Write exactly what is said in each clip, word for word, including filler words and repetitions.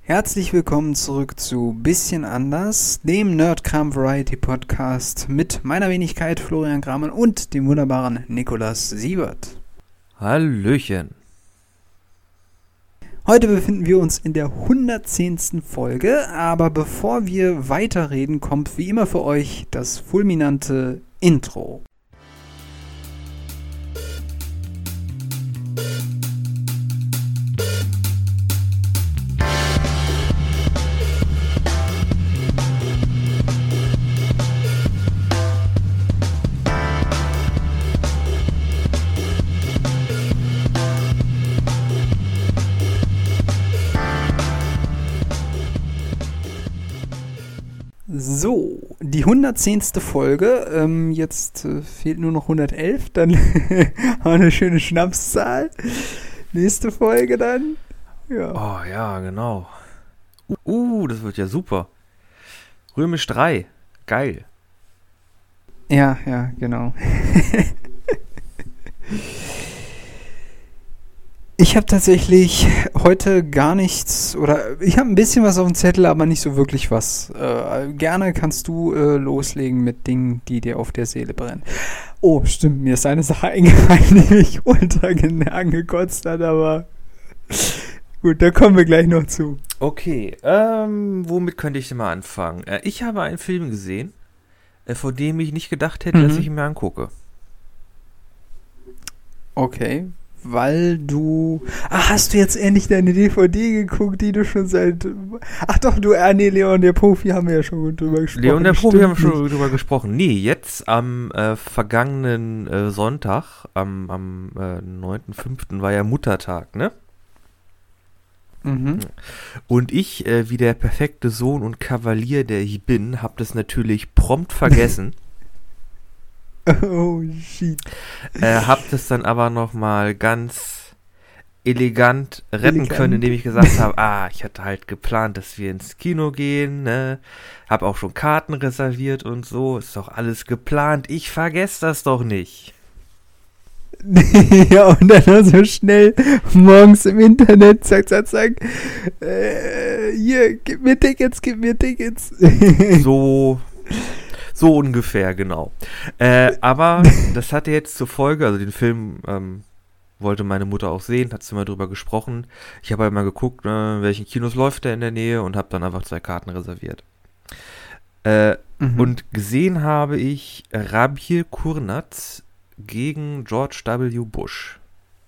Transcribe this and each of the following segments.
Herzlich willkommen zurück zu Bisschen anders, dem Nerdkram Variety Podcast mit meiner Wenigkeit Florian Kramann und dem wunderbaren Nikolaus Siebert. Hallöchen. Heute befinden wir uns in der hundertzehnten Folge, aber bevor wir weiterreden, kommt wie immer für euch das fulminante Intro. So, die hundertzehnte Folge, ähm, jetzt äh, fehlt nur noch hundertelf, dann haben wir eine schöne Schnapszahl. Nächste Folge dann, ja. Oh ja, genau. Uh, das wird ja super. Römisch drei, geil. Ja, ja, genau. Ich habe tatsächlich heute gar nichts, oder ich habe ein bisschen was auf dem Zettel, aber nicht so wirklich was. Äh, gerne kannst du äh, loslegen mit Dingen, die dir auf der Seele brennen. Oh, stimmt, mir ist eine Sache eingefallen, die mich ultra angekotzt hat, aber gut, da kommen wir gleich noch zu. Okay, ähm, womit könnte ich denn mal anfangen? Äh, ich habe einen Film gesehen, äh, vor dem ich nicht gedacht hätte, Mhm. dass ich ihn mir angucke. Okay. Weil du... Ach, hast du jetzt endlich deine D V D geguckt, die du schon seit... Ach doch, du, ah nee, Leon der Profi haben wir ja schon gut drüber gesprochen. Leon der Profi haben wir Stimmt schon nicht. drüber gesprochen. Nee, jetzt am äh, vergangenen äh, Sonntag, am, am äh, neunten fünften war ja Muttertag, ne? Mhm. Und ich, äh, wie der perfekte Sohn und Kavalier, der ich bin, hab das natürlich prompt vergessen. Oh, shit. Äh, hab das dann aber nochmal ganz elegant retten Elegant. können, indem ich gesagt habe, ah, ich hatte halt geplant, dass wir ins Kino gehen, ne? Hab auch schon Karten reserviert und so, ist doch alles geplant, ich vergesse das doch nicht. Ja, und dann noch so schnell morgens im Internet, zack, zack, zack. Äh, hier, gib mir Tickets, gib mir Tickets. So, so ungefähr, genau. Äh, aber das hatte jetzt zur Folge, also den Film ähm, wollte meine Mutter auch sehen, hat sie mal drüber gesprochen. Ich habe halt mal geguckt, ne, in welchen Kinos läuft der in der Nähe und habe dann einfach zwei Karten reserviert. Äh, Mhm. Und gesehen habe ich Rabir Kurnaz gegen George W. Bush.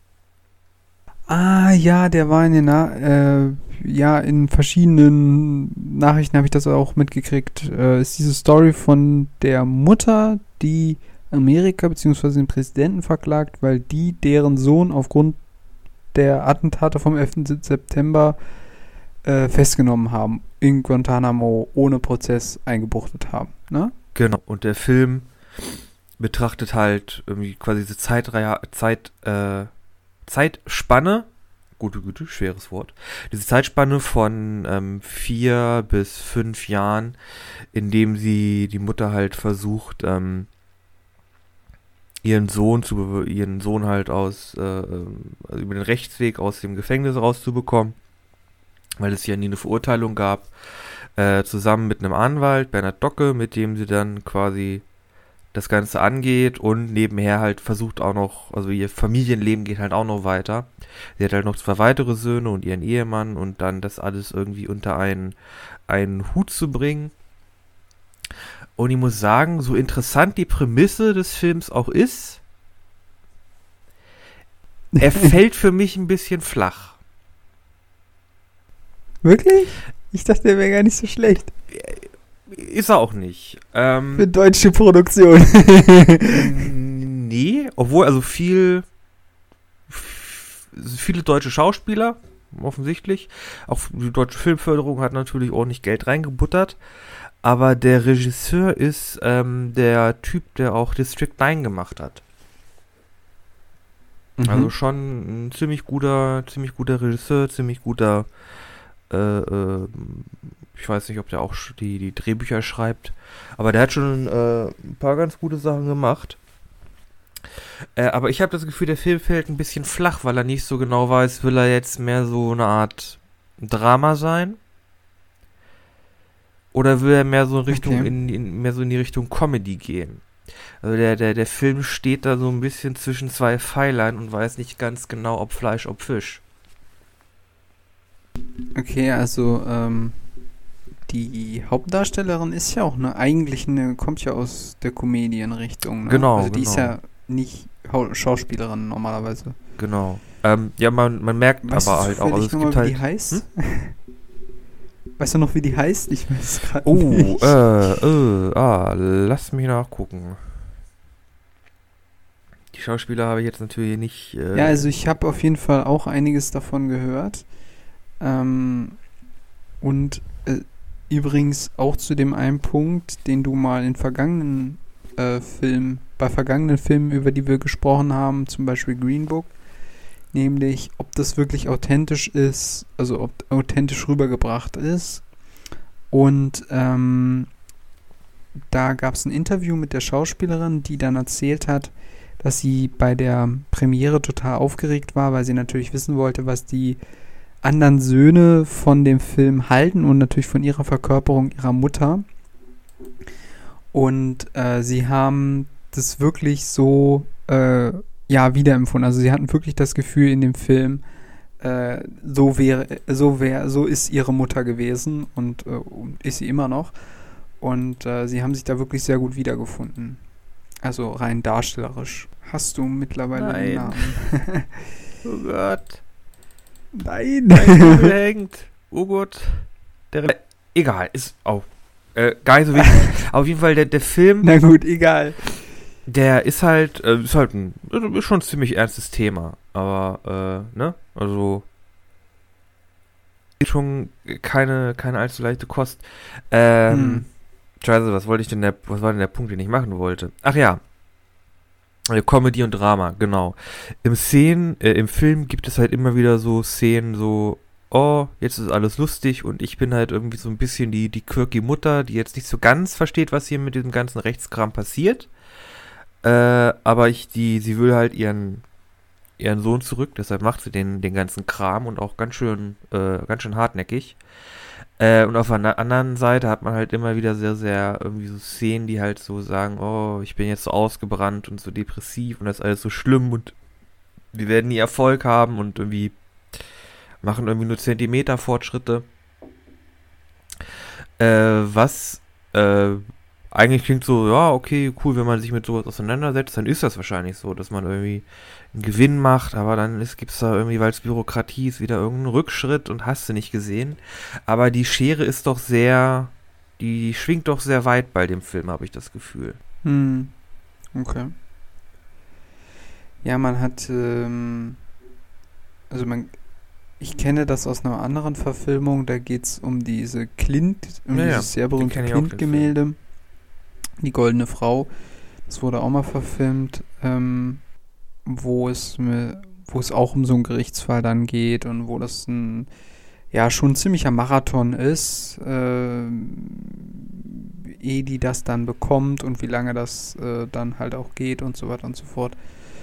Ah, ja, der war in den, Na- äh, ja, in verschiedenen Nachrichten habe ich das auch mitgekriegt. Äh, ist diese Story von der Mutter, die Amerika bzw. den Präsidenten verklagt, weil die deren Sohn aufgrund der Attentate vom elften September äh, festgenommen haben, in Guantanamo ohne Prozess eingebuchtet haben, ne? Genau. Und der Film betrachtet halt irgendwie quasi diese Zeitreihe, Zeit, äh, Zeitspanne, gute Güte, schweres Wort, diese Zeitspanne von ähm, vier bis fünf Jahren, in dem sie, die Mutter halt versucht, ähm, ihren Sohn zu, be- ihren Sohn halt aus, äh, ähm, also über den Rechtsweg aus dem Gefängnis rauszubekommen, weil es ja nie eine Verurteilung gab, äh, zusammen mit einem Anwalt, Bernhard Docke, mit dem sie dann quasi das Ganze angeht und nebenher halt versucht auch noch, also ihr Familienleben geht halt auch noch weiter. Sie hat halt noch zwei weitere Söhne und ihren Ehemann und dann das alles irgendwie unter einen, einen Hut zu bringen. Und ich muss sagen, so interessant die Prämisse des Films auch ist, er fällt für mich ein bisschen flach. Wirklich? Ich dachte, der wäre gar nicht so schlecht. Ist er auch nicht. Ähm, Für deutsche Produktion. Nee, obwohl also viel, f- viele deutsche Schauspieler, offensichtlich. Auch die deutsche Filmförderung hat natürlich ordentlich Geld reingebuttert. Aber der Regisseur ist ähm, der Typ, der auch District neun gemacht hat. Also schon ein ziemlich guter, ziemlich guter Regisseur, ziemlich guter, äh, äh, ich weiß nicht, ob der auch sch- die, die Drehbücher schreibt, aber der hat schon äh, ein paar ganz gute Sachen gemacht. Äh, aber ich habe das Gefühl, der Film fällt ein bisschen flach, weil er nicht so genau weiß, will er jetzt mehr so eine Art Drama sein? oder will er mehr so in Richtung, Okay. in, in, mehr so in die Richtung Comedy gehen? Also der, der, der Film steht da so ein bisschen zwischen zwei Pfeilern und weiß nicht ganz genau, ob Fleisch, ob Fisch. Okay, also ähm, die Hauptdarstellerin ist ja auch eine, eigentlich eine, kommt ja aus der Comedian-Richtung, ne? Genau, Also die ist genau. ja nicht Hau- Schauspielerin normalerweise. Genau. Ähm, ja, man, man merkt Weißt aber du halt auch, also zufällig es nochmal, gibt wie die halt. heißt? Weißt du noch, wie die heißt? Ich weiß es gerade Oh, nicht. äh, äh, ah, lass mich nachgucken. Die Schauspieler habe ich jetzt natürlich nicht. Äh, Ja, also ich habe auf jeden Fall auch einiges davon gehört. Ähm, und äh, übrigens auch zu dem einen Punkt, den du mal in vergangenen äh, Filmen, bei vergangenen Filmen, über die wir gesprochen haben, zum Beispiel Green Book, nämlich ob das wirklich authentisch ist, also ob authentisch rübergebracht ist. Und ähm, da gab es ein Interview mit der Schauspielerin, die dann erzählt hat, dass sie bei der Premiere total aufgeregt war, weil sie natürlich wissen wollte, was die anderen Söhne von dem Film halten und natürlich von ihrer Verkörperung ihrer Mutter. Und äh, sie haben das wirklich so äh, ja wiederempfunden. Also sie hatten wirklich das Gefühl in dem Film, äh, so wäre, so wäre, so ist ihre Mutter gewesen und äh, ist sie immer noch. Und äh, sie haben sich da wirklich sehr gut wiedergefunden. Also rein darstellerisch. Hast du mittlerweile einen Nein. Namen? oh Gott. Nein. Mein Google hängt. Oh Gott. Der Re Egal, ist auch äh, gar nicht so wichtig. Auf jeden Fall, der, der Film, Na gut, egal. der ist halt, äh, ist halt ein, ist schon ein ziemlich ernstes Thema. Aber, äh, ne? Also, ist schon keine, keine allzu leichte Kost. Ähm, Hm. Scheiße, was wollte ich denn, der, was war denn der Punkt, den ich machen wollte? Ach ja. Äh, Comedy und Drama, genau. Im Szenen, äh, im Film gibt es halt immer wieder so Szenen, so, oh, jetzt ist alles lustig und ich bin halt irgendwie so ein bisschen die, die quirky Mutter, die jetzt nicht so ganz versteht, was hier mit diesem ganzen Rechtskram passiert. Äh, aber ich, die, sie will halt ihren, ihren Sohn zurück, deshalb macht sie den, den ganzen Kram und auch ganz schön, äh, ganz schön hartnäckig. Äh, und auf einer anderen Seite hat man halt immer wieder sehr, sehr irgendwie so Szenen, die halt so sagen, oh, ich bin jetzt so ausgebrannt und so depressiv und das ist alles so schlimm und wir werden nie Erfolg haben und irgendwie machen irgendwie nur Zentimeter Fortschritte. Äh, was äh, eigentlich klingt so, ja, okay, cool, wenn man sich mit sowas auseinandersetzt, dann ist das wahrscheinlich so, dass man irgendwie einen Gewinn macht, aber dann gibt es da irgendwie, weil es Bürokratie ist, wieder irgendeinen Rückschritt und hast du nicht gesehen. Aber die Schere ist doch sehr, die schwingt doch sehr weit bei dem Film, habe ich das Gefühl. Hm. Okay. Ja, man hat, ähm, also man, ich kenne das aus einer anderen Verfilmung, da geht es um diese Clint, um Ja, ja, dieses sehr den berühmte kenn ich auch, den Clint-Gemälde, die Goldene Frau. Das wurde auch mal verfilmt, ähm, wo es mir, wo es auch um so einen Gerichtsfall dann geht und wo das ein, ja, schon ein ziemlicher Marathon ist, ähm, ehe die das dann bekommt und wie lange das äh, dann halt auch geht und so weiter und so fort.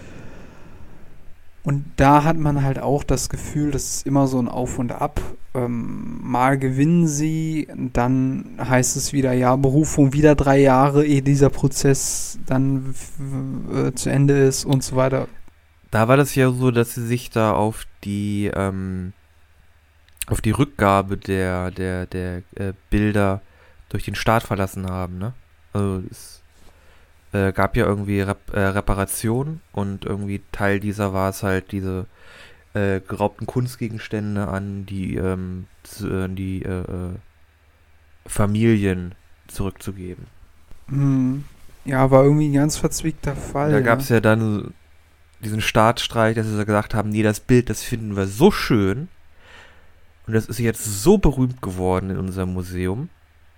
Und da hat man halt auch das Gefühl, das ist immer so ein Auf und Ab. Ähm, mal gewinnen sie, dann heißt es wieder, ja, Berufung, wieder drei Jahre, ehe dieser Prozess dann äh, zu Ende ist und so weiter. Da war das ja so, dass sie sich da auf die, ähm, auf die Rückgabe der, der, der äh, Bilder durch den Staat verlassen haben, ne? Also es äh, gab ja irgendwie Rep äh, Reparationen und irgendwie Teil dieser war es halt, diese äh, geraubten Kunstgegenstände an die, ähm, zu, äh, die äh, äh, Familien zurückzugeben. Hm. Ja, war irgendwie ein ganz verzwickter Fall. Da gab es ja dann diesen Staatsstreich, dass sie gesagt haben, nee, das Bild, das finden wir so schön und das ist jetzt so berühmt geworden in unserem Museum.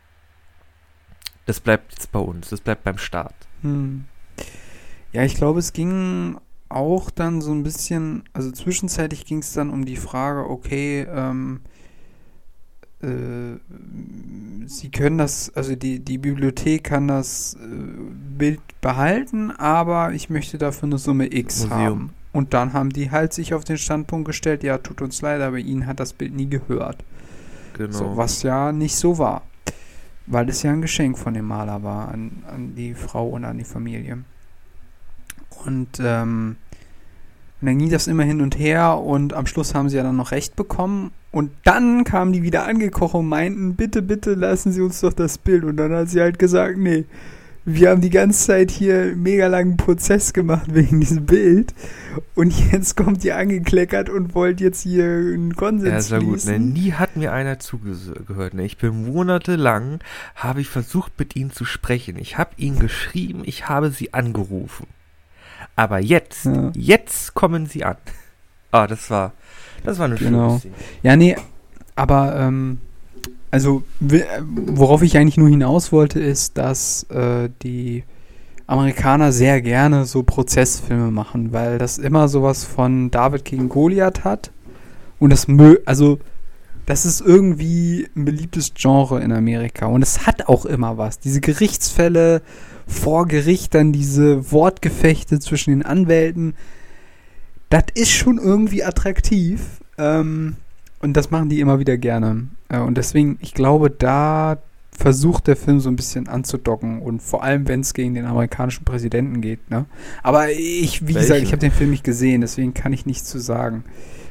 Das bleibt jetzt bei uns, das bleibt beim Staat. Hm. Ja, ich glaube, es ging auch dann so ein bisschen, also zwischenzeitlich ging es dann um die Frage, okay, ähm, äh, sie können das, also die, die Bibliothek kann das äh, Bild behalten, aber ich möchte dafür eine Summe X Museum. haben. Und dann haben die halt sich auf den Standpunkt gestellt, ja, tut uns leid, aber ihnen hat das Bild nie gehört. Genau. So, was ja nicht so war. weil es ja ein Geschenk von dem Maler war an, an die Frau und an die Familie. Und ähm, und dann ging das immer hin und her und am Schluss haben sie ja dann noch Recht bekommen und dann kamen die wieder angekocht und meinten, bitte, bitte lassen Sie uns doch das Bild. Und dann hat sie halt gesagt, nee, wir haben die ganze Zeit hier einen mega langen Prozess gemacht wegen diesem Bild und jetzt kommt ihr angekleckert und wollt jetzt hier einen Konsens Ja, ist ja gut. schließen. Ne? Nie hat mir einer zugehört. Ne? Ich bin monatelang, habe ich versucht mit ihnen zu sprechen. Ich habe ihnen geschrieben, ich habe sie angerufen. Aber jetzt, Ja. jetzt kommen sie an. Ah, das war, das war eine Genau. schöne Szene. Ja, nee, aber ähm, also wi- worauf ich eigentlich nur hinaus wollte, ist, dass äh, die Amerikaner sehr gerne so Prozessfilme machen, weil das immer sowas von David gegen Goliath hat und das mö also das ist irgendwie ein beliebtes Genre in Amerika und es hat auch immer was. Diese Gerichtsfälle vor Gericht, dann diese Wortgefechte zwischen den Anwälten, das ist schon irgendwie attraktiv. Ähm, und das machen die immer wieder gerne. Äh, und deswegen, ich glaube, da versucht der Film so ein bisschen anzudocken. Und vor allem, wenn es gegen den amerikanischen Präsidenten geht. Ne? Aber ich, wie gesagt, Welchen? ich habe den Film nicht gesehen, deswegen kann ich nichts zu sagen.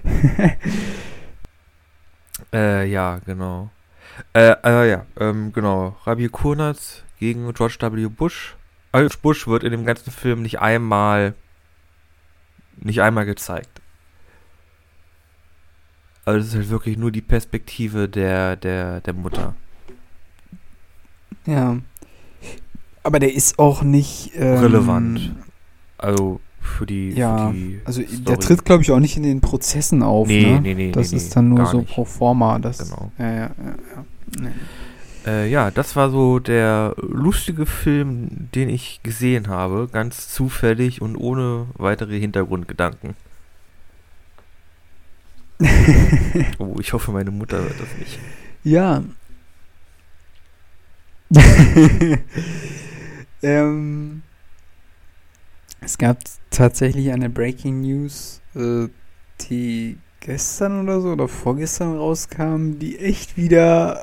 Äh, ja, genau. Äh, äh, ja, ähm, genau. Rabbi Kurnaz gegen George W. Bush. George Bush wird in dem ganzen Film nicht einmal, nicht einmal gezeigt. Also es ist halt wirklich nur die Perspektive der, der, der Mutter. Ja. Aber der ist auch nicht ähm, Relevant. Also für die, Ja, für die Also Story. der tritt, glaube ich, auch nicht in den Prozessen auf. Nee, ne? nee, nee, Das nee, ist nee, dann nur gar so nicht. pro forma. Das, Genau. Ja, ja, ja. ja. Nee. Äh, ja, das war so der lustige Film, den ich gesehen habe, ganz zufällig und ohne weitere Hintergrundgedanken. Oh, ich hoffe, meine Mutter hört das nicht. Ja. ähm, es gab tatsächlich eine Breaking News, äh, die gestern oder so oder vorgestern rauskam, die echt wieder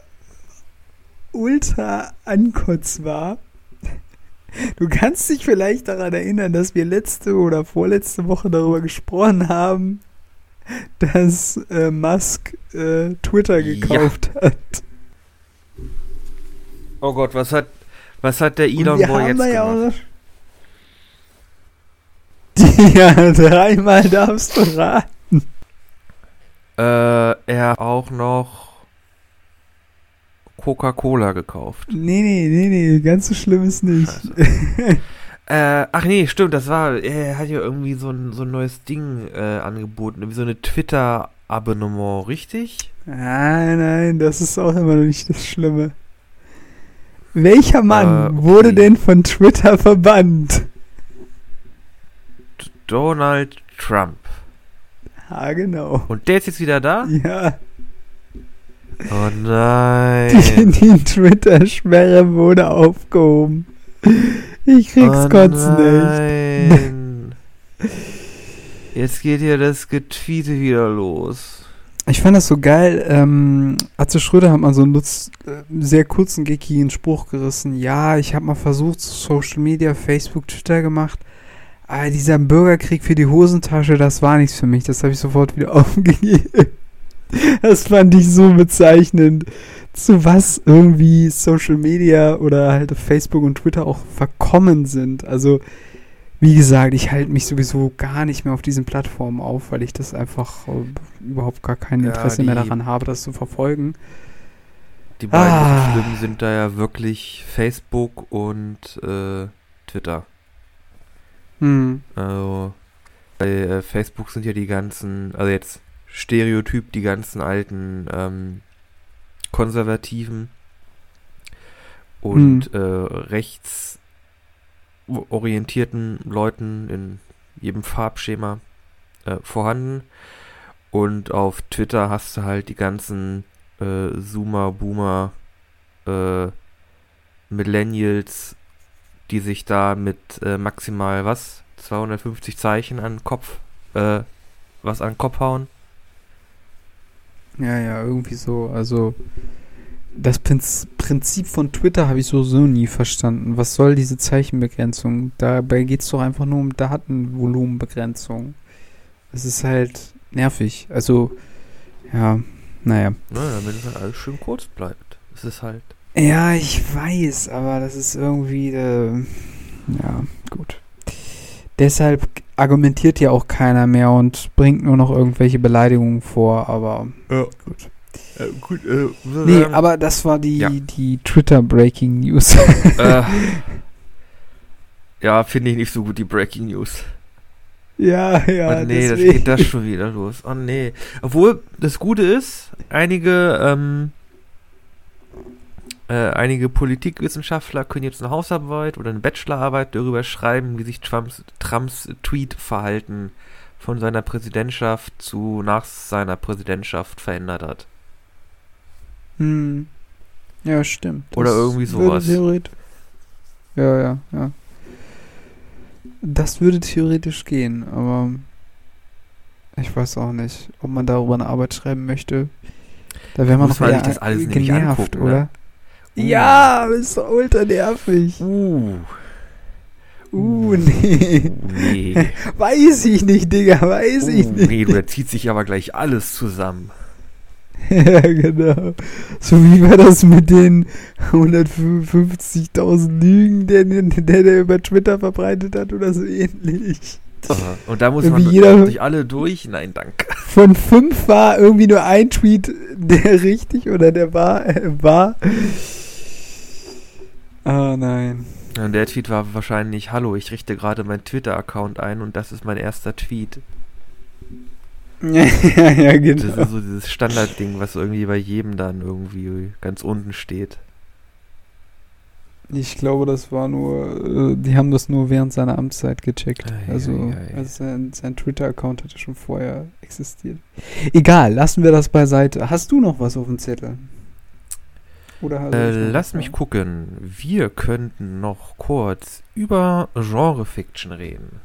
ultra ankotz war. Du kannst dich vielleicht daran erinnern, dass wir letzte oder vorletzte Woche darüber gesprochen haben, dass äh, Musk äh, Twitter Ja. gekauft hat. Oh Gott, was hat, was hat der Und Elon wir Boy haben jetzt da ja auch gemacht? noch Ja, dreimal darfst du raten. Äh, er hat auch noch Coca-Cola gekauft. Nee, nee, nee, nee, ganz so schlimm ist nicht. Äh, ach nee, stimmt, das war, er hat ja irgendwie so ein, so ein neues Ding äh, angeboten, irgendwie so eine Twitter-Abonnement, richtig? Nein, nein, das ist auch immer noch nicht das Schlimme. Welcher Mann Äh, okay. wurde denn von Twitter verbannt? D- Donald Trump. Ah, genau. Und der ist jetzt wieder da? Ja, Oh die, nein. die Twitter-Sperre wurde aufgehoben. Ich krieg's Oh kotzen nicht. nein. Jetzt geht hier das Getweete wieder los. Ich fand das so geil. Ähm, Atze Schröder hat mal so einen Nutz, äh, sehr kurzen, geckigen Spruch gerissen. Ja, ich habe mal versucht, Social Media, Facebook, Twitter gemacht. Aber dieser Bürgerkrieg für die Hosentasche, das war nichts für mich. Das habe ich sofort wieder aufgegeben. Das fand ich so bezeichnend, zu was irgendwie Social Media oder halt Facebook und Twitter auch verkommen sind. Also, wie gesagt, ich halte mich sowieso gar nicht mehr auf diesen Plattformen auf, weil ich das einfach äh, überhaupt gar kein Ja, Interesse die- mehr daran habe, das zu verfolgen. Die beiden Ah. Schlimmen sind da ja wirklich Facebook und äh, Twitter. Hm. Also bei äh, Facebook sind ja die ganzen, also jetzt Stereotyp, die ganzen alten ähm, Konservativen und äh, rechtsorientierten Leuten in jedem Farbschema äh, vorhanden. Und auf Twitter hast du halt die ganzen äh, Zoomer, Boomer, äh, Millennials, die sich da mit äh, maximal was? zweihundertfünfzig Zeichen an den Kopf, äh, was an den Kopf hauen. Ja, ja, irgendwie so. Also, das Prinz- Prinzip von Twitter habe ich so so nie verstanden. Was soll diese Zeichenbegrenzung? Dabei geht es doch einfach nur um Datenvolumenbegrenzung. Das ist halt nervig. Also, ja, naja. Naja, damit es halt alles schön kurz bleibt. Es ist halt. Ja, ich weiß, aber das ist irgendwie, äh, ja, gut. Deshalb argumentiert ja auch keiner mehr und bringt nur noch irgendwelche Beleidigungen vor, aber Ja. gut. Äh, gut, äh, Nee, ähm, aber das war die, ja. die Twitter-Breaking News. äh, ja, finde ich nicht so gut, die Breaking News. Ja, ja, Oh nee, das deswegen. geht das schon wieder los. Oh nee. Obwohl, das Gute ist, einige, ähm, äh, einige Politikwissenschaftler können jetzt eine Hausarbeit oder eine Bachelorarbeit darüber schreiben, wie sich Trumps, Trumps Tweetverhalten von seiner Präsidentschaft zu nach seiner Präsidentschaft verändert hat. Hm. Ja, stimmt. Oder Das irgendwie würde sowas. theoretisch- Ja, ja, ja. Das würde theoretisch gehen, aber ich weiß auch nicht, ob man darüber eine Arbeit schreiben möchte. Da wäre man Muss noch man eher sich das alles nämlich genervt, angucken, oder? ne? Uh. Ja, ist doch ultra nervig. Uh. Uh, nee. Uh, nee. Weiß ich nicht, Digga, weiß ich Uh, nicht. nee, da zieht sich aber gleich alles zusammen. Ja, genau. So wie war das mit den hundertfünfzigtausend Lügen, der, der der über Twitter verbreitet hat oder so ähnlich. Aha. Und da muss Irgendwie man jeder- durch alle durch? Nein, danke. Von fünf war irgendwie nur ein Tweet, der richtig oder der war. Äh, war. Ah, nein. Und der Tweet war wahrscheinlich: Hallo, ich richte gerade meinen Twitter-Account ein und das ist mein erster Tweet. Ja, ja, Das genau. ist so dieses Standardding, was irgendwie bei jedem dann irgendwie ganz unten steht. Ich glaube, das war nur, äh, die haben das nur während seiner Amtszeit gecheckt. Ei, also, ei, ei. also sein, sein Twitter-Account hatte schon vorher existiert. Egal, lassen wir das beiseite. Hast du noch was auf dem Zettel? Oder hast Äh, du noch lass was? mich gucken. Wir könnten noch kurz über Genre-Fiction reden.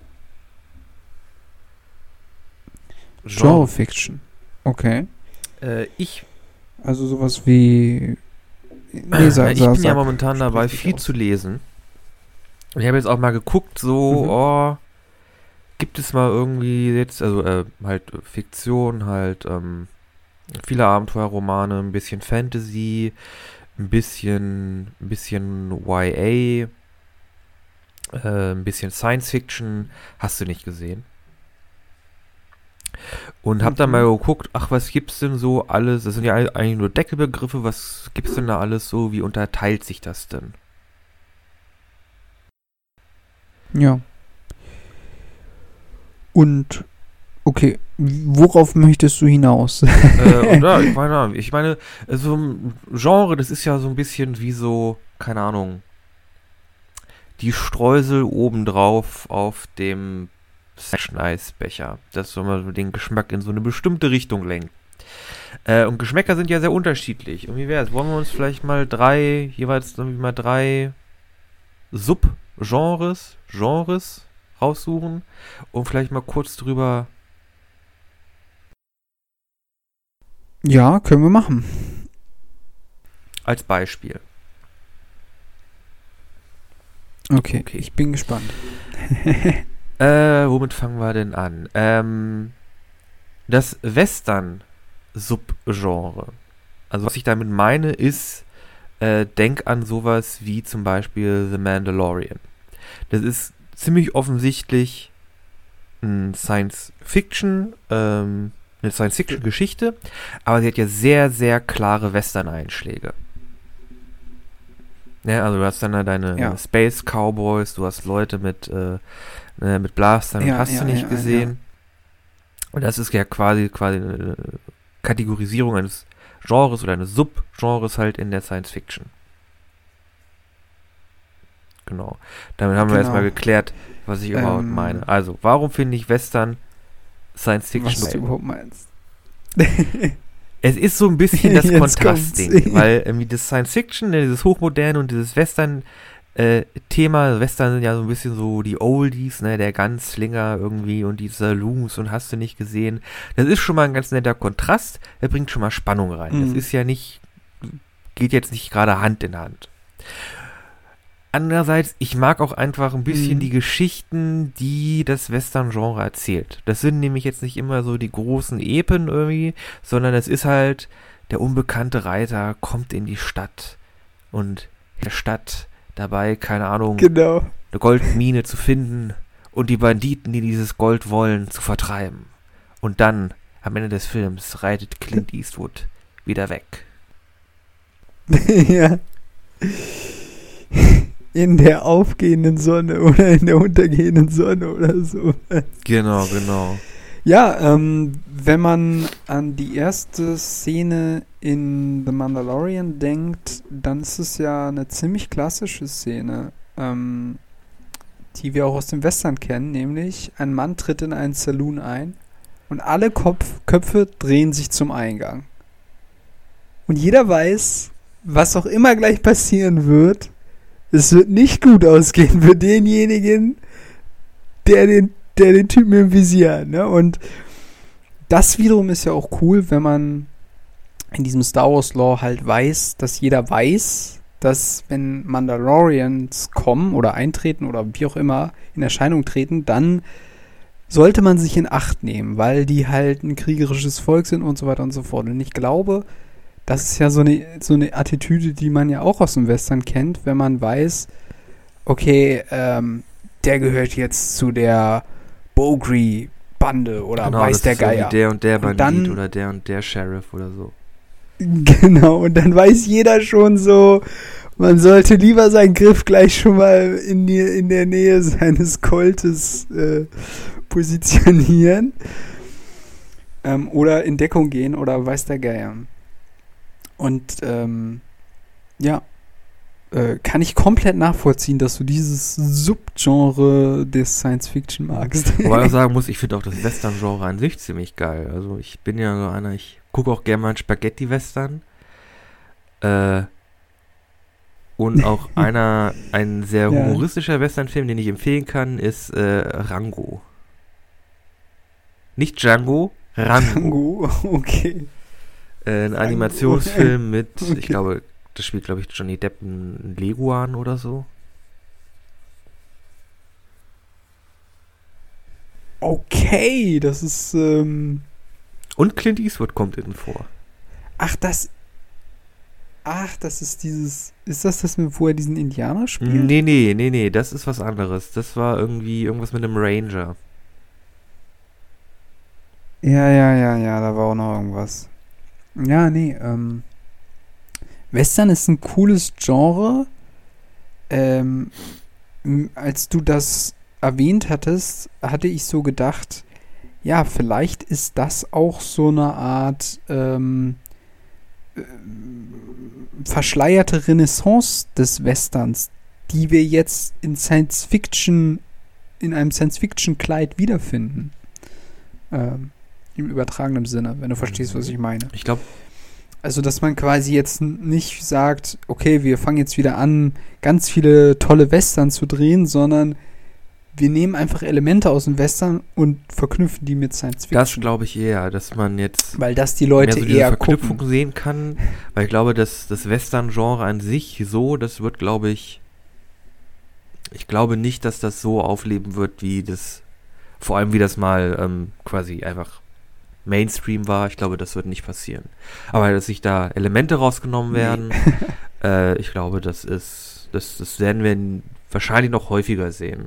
Genre Fiction. Okay. Äh, ich Also sowas wie. Nee, sag, ich sag, bin ja sag. momentan Sprich dabei, dich viel aus. zu lesen. Und ich habe jetzt auch mal geguckt, so, Mhm. oh, gibt es mal irgendwie jetzt, also äh, halt Fiktion, halt ähm, viele Abenteuerromane, ein bisschen Fantasy, ein bisschen, ein bisschen Y A, äh, ein bisschen Science Fiction, hast du nicht gesehen. Und hab dann Mhm. mal geguckt, ach, was gibt's denn so alles? Das sind ja all- eigentlich nur Deckelbegriffe, was gibt's denn da alles so? Wie unterteilt sich das denn? Ja. Und, okay, worauf möchtest du hinaus? äh, und ja, ich meine, ich meine, so ein Genre, das ist ja so ein bisschen wie so, keine Ahnung, die Streusel obendrauf auf dem Eisbecher, das so mal so den Geschmack in so eine bestimmte Richtung lenkt. Äh, und Geschmäcker sind ja sehr unterschiedlich. Und wie wär's? Wollen wir uns vielleicht mal drei, jeweils irgendwie mal drei Subgenres, Genres raussuchen und vielleicht mal kurz drüber. Ja, können wir machen. Als Beispiel. Okay, Okay. ich bin gespannt. Äh, womit fangen wir denn an? Ähm, das Western-Subgenre. Also was ich damit meine ist, äh, denk an sowas wie zum Beispiel The Mandalorian. Das ist ziemlich offensichtlich ein Science-Fiction, ähm, eine Science-Fiction-Geschichte, aber sie hat ja sehr, sehr klare Western-Einschläge. Ja, also du hast dann da deine Ja. Space Cowboys, du hast Leute mit, äh, äh, mit Blastern, Ja, hast ja, du nicht ja, gesehen. Und das ist ja quasi quasi eine Kategorisierung eines Genres oder eines Subgenres halt in der Science Fiction. Genau. Damit haben wir Genau. erstmal geklärt, was ich überhaupt Ähm, meine. Also, warum finde ich Western Science Fiction Was du so? überhaupt meinst. Es ist so ein bisschen das Jetzt Kontrastding, kommt's. weil irgendwie das Science Fiction, ne, dieses Hochmoderne und dieses Western äh, Thema, Western sind ja so ein bisschen so die Oldies, ne, der Ganzlinger irgendwie und die Saloons und hast du nicht gesehen. Das ist schon mal ein ganz netter Kontrast, der bringt schon mal Spannung rein. Mhm. Das ist ja nicht geht jetzt nicht gerade Hand in Hand. Andererseits, ich mag auch einfach ein bisschen Mhm. die Geschichten, die das Western-Genre erzählt. Das sind nämlich jetzt nicht immer so die großen Epen irgendwie, sondern es ist halt, der unbekannte Reiter kommt in die Stadt und in der Stadt dabei, keine Ahnung, Genau. eine Goldmine zu finden und die Banditen, die dieses Gold wollen, zu vertreiben. Und dann, am Ende des Films, reitet Clint Eastwood wieder weg. Ja. In der aufgehenden Sonne oder in der untergehenden Sonne oder so. Genau, genau. Ja, ähm, wenn man an die erste Szene in The Mandalorian denkt, dann ist es ja eine ziemlich klassische Szene, ähm, die wir auch aus dem Western kennen, nämlich ein Mann tritt in einen Saloon ein und alle Kopf Köpfe drehen sich zum Eingang. Und jeder weiß, was auch immer gleich passieren wird, es wird nicht gut ausgehen für denjenigen, der den, der den Typen im Visier hat, ne? Und das wiederum ist ja auch cool, wenn man in diesem Star Wars Lore halt weiß, dass jeder weiß, dass wenn Mandalorians kommen oder eintreten oder wie auch immer in Erscheinung treten, dann sollte man sich in Acht nehmen, weil die halt ein kriegerisches Volk sind und so weiter und so fort. Und ich glaube, das ist ja so eine, so eine Attitüde, die man ja auch aus dem Western kennt, wenn man weiß, okay, ähm, der gehört jetzt zu der Bogri-Bande oder Genau, weiß das der ist irgendwie Geier. der und der Und Bandit dann- oder der und der Sheriff oder so. Genau, und dann weiß jeder schon so, man sollte lieber seinen Griff gleich schon mal in, die, in der Nähe seines Koltes äh, positionieren. Ähm, oder in Deckung gehen oder weiß der Geier. Und ähm, ja, äh, kann ich komplett nachvollziehen, dass du dieses Subgenre des Science Fiction magst. Wobei ich auch sagen muss, ich finde auch das Western-Genre an sich ziemlich geil. Also ich bin ja so einer, ich gucke auch gerne mal einen Spaghetti-Western. Äh, und auch einer, ein sehr Ja. humoristischer Western-Film, den ich empfehlen kann, ist äh, Rango. Nicht Django, Rango. Rango, okay. Äh, ein Rango. Animationsfilm mit, Okay. ich glaube, das spielt, glaube ich, Johnny Depp ein Leguan oder so. Okay, das ist, ähm, Und Clint Eastwood kommt innen vor. ach, das, ach, das ist dieses, ist das das, mit, wo er diesen Indianer spielt? Nee, nee, nee, nee, das ist was anderes. Das war irgendwie irgendwas mit einem Ranger. Ja, ja, ja, ja, da war auch noch irgendwas. Ja, nee, ähm, Western ist ein cooles Genre. Ähm, m- als du das erwähnt hattest, hatte ich so gedacht, ja, vielleicht ist das auch so eine Art ähm, ähm, verschleierte Renaissance des Westerns, die wir jetzt in Science Fiction, in einem Science-Fiction-Kleid wiederfinden. Ähm, im übertragenen Sinne, wenn du verstehst, was ich meine. Ich glaube, Also, dass man quasi jetzt n- nicht sagt, okay, wir fangen jetzt wieder an, ganz viele tolle Western zu drehen, sondern wir nehmen einfach Elemente aus dem Western und verknüpfen die mit Science Fiction. das glaube ich eher, dass man jetzt weil das die mehr Leute so diese eher Verknüpfung gucken. sehen kann. Weil ich glaube, dass das Western-Genre an sich so, das wird, glaube ich, ich glaube nicht, dass das so aufleben wird, wie das, vor allem wie das mal ähm, quasi einfach Mainstream war. Ich glaube, das wird nicht passieren. Aber dass sich da Elemente rausgenommen Nee. werden, äh, ich glaube, das ist, das, das werden wir n- wahrscheinlich noch häufiger sehen.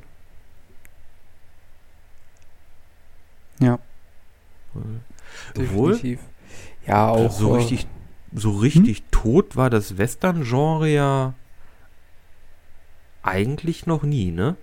Ja, Obwohl, definitiv. Ja, auch. so äh, richtig, so richtig tot war das Western-Genre ja eigentlich noch nie, ne?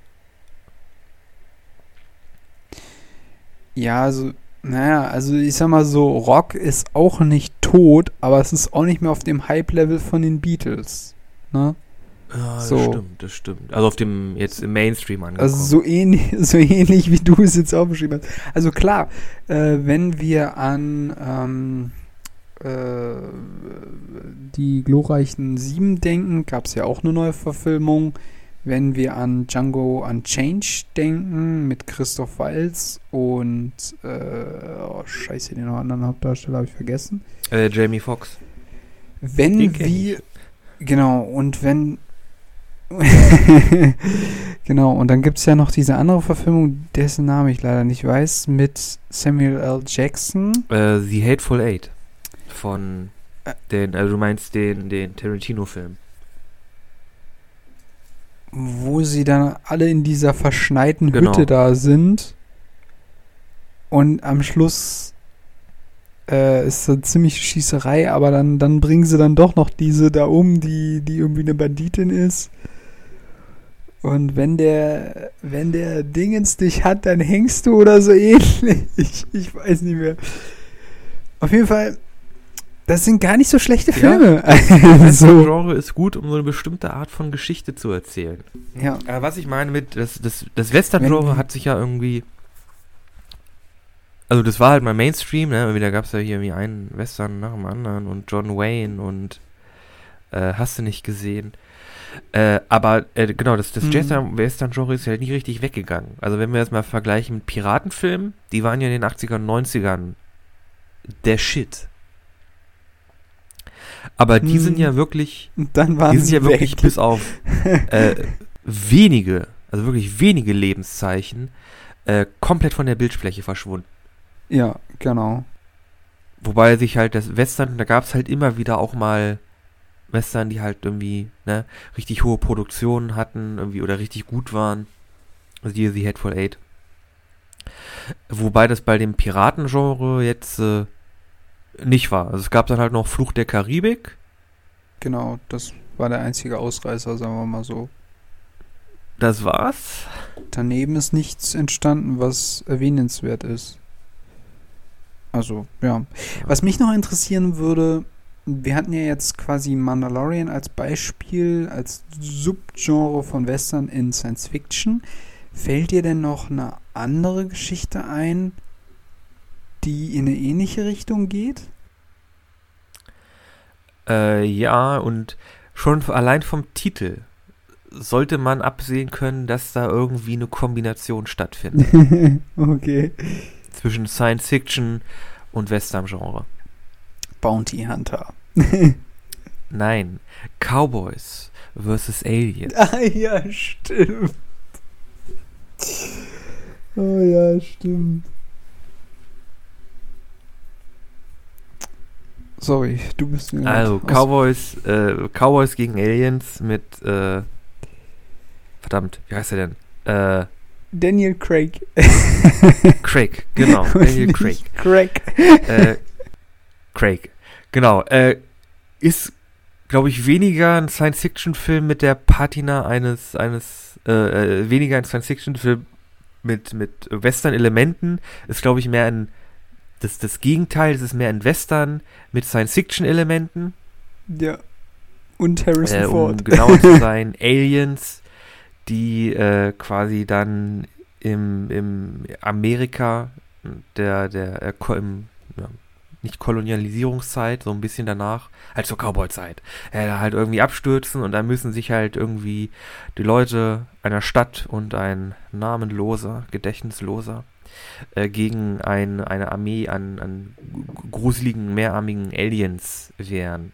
Ja, also, naja, also ich sag mal so, Rock ist auch nicht tot, aber es ist auch nicht mehr auf dem Hype-Level von den Beatles. Ne? Ja, So. das stimmt, das stimmt. Also auf dem, jetzt im Mainstream angekommen. Also so ähnlich, so ähnlich wie du es jetzt auch beschrieben hast. Also klar, äh, wenn wir an ähm, äh, die glorreichen Sieben denken, gab es ja auch eine neue Verfilmung. Wenn wir an Django Unchained denken, mit Christoph Waltz und äh, oh scheiße, den noch anderen Hauptdarsteller habe ich vergessen. äh, Jamie Foxx. Wenn Den kenn wir, Genau, und wenn genau, und dann gibt es ja noch diese andere Verfilmung, dessen Name ich leider nicht weiß, mit Samuel L. Jackson. Äh, The Hateful Eight von den, also du meinst den, den Tarantino-Film. Wo sie dann alle in dieser verschneiten Genau. Hütte da sind und am Schluss äh, ist so ziemlich Schießerei, aber dann, dann bringen sie dann doch noch diese da um, die, die irgendwie eine Banditin ist. Und wenn der, wenn der Dingens dich hat, dann hängst du oder so ähnlich. Ich, ich weiß nicht mehr. Auf jeden Fall, das sind gar nicht so schlechte Filme. Ja, das so. Genre ist gut, um so eine bestimmte Art von Geschichte zu erzählen. Ja. Aber was ich meine mit, das, das, das Western-Genre hat sich ja irgendwie, also das war halt mal Mainstream, ne? Da gab es ja hier irgendwie einen Western nach dem anderen und John Wayne und äh, hast du nicht gesehen. Äh, aber äh, genau, das, das Mhm. Western-Genre ist ja nicht richtig weggegangen. Also wenn wir das mal vergleichen mit Piratenfilmen, die waren ja in den achtzigern, neunzigern der Shit. Aber die Mhm. sind ja wirklich, Und dann waren die sind sie ja wirklich weg. bis auf äh, wenige, also wirklich wenige Lebenszeichen äh, komplett von der Bildfläche verschwunden. Ja, genau. Wobei sich halt das Western, da gab es halt immer wieder auch mal Western, die halt irgendwie, ne, richtig hohe Produktionen hatten, irgendwie oder richtig gut waren. Also die The Hateful Eight. Wobei das bei dem Piratengenre jetzt äh, nicht war. Also es gab dann halt noch Fluch der Karibik. Genau, das war der einzige Ausreißer, sagen wir mal so. Das war's. Daneben ist nichts entstanden, was erwähnenswert ist. Also, ja. Was mich noch interessieren würde, wir hatten ja jetzt quasi Mandalorian als Beispiel, als Subgenre von Western in Science Fiction. Fällt dir denn noch eine andere Geschichte ein, die in eine ähnliche Richtung geht? Äh, ja, und schon allein vom Titel sollte man absehen können, dass da irgendwie eine Kombination stattfindet. Okay. Zwischen Science Fiction und Western-Genre. Bounty Hunter. Nein, Cowboys versus Aliens. Ah, ja, stimmt. Oh ja, stimmt. Sorry, du bist mir Also, grad aus- Cowboys, äh, Cowboys gegen Aliens mit, äh, verdammt, wie heißt er denn? Äh, Daniel Craig. Craig, genau, Daniel Craig. Craig. äh, Craig, genau, äh, ist, glaube ich, weniger ein Science-Fiction-Film mit der Patina eines, eines, äh, äh, weniger ein Science-Fiction-Film mit, mit Western-Elementen, ist, glaube ich, mehr ein, das, das Gegenteil, es ist mehr ein Western mit Science-Fiction-Elementen. Ja. Und Harrison Äh, um Ford. genauer zu sein, Aliens, die äh, quasi dann im, im Amerika der, der äh, ko- im, ja, nicht Kolonialisierungszeit, so ein bisschen danach, halt zur Cowboy-Zeit, äh, halt irgendwie abstürzen und dann müssen sich halt irgendwie die Leute einer Stadt und ein namenloser, gedächtnisloser äh, gegen ein, eine Armee an, an gruseligen, mehrarmigen Aliens wehren.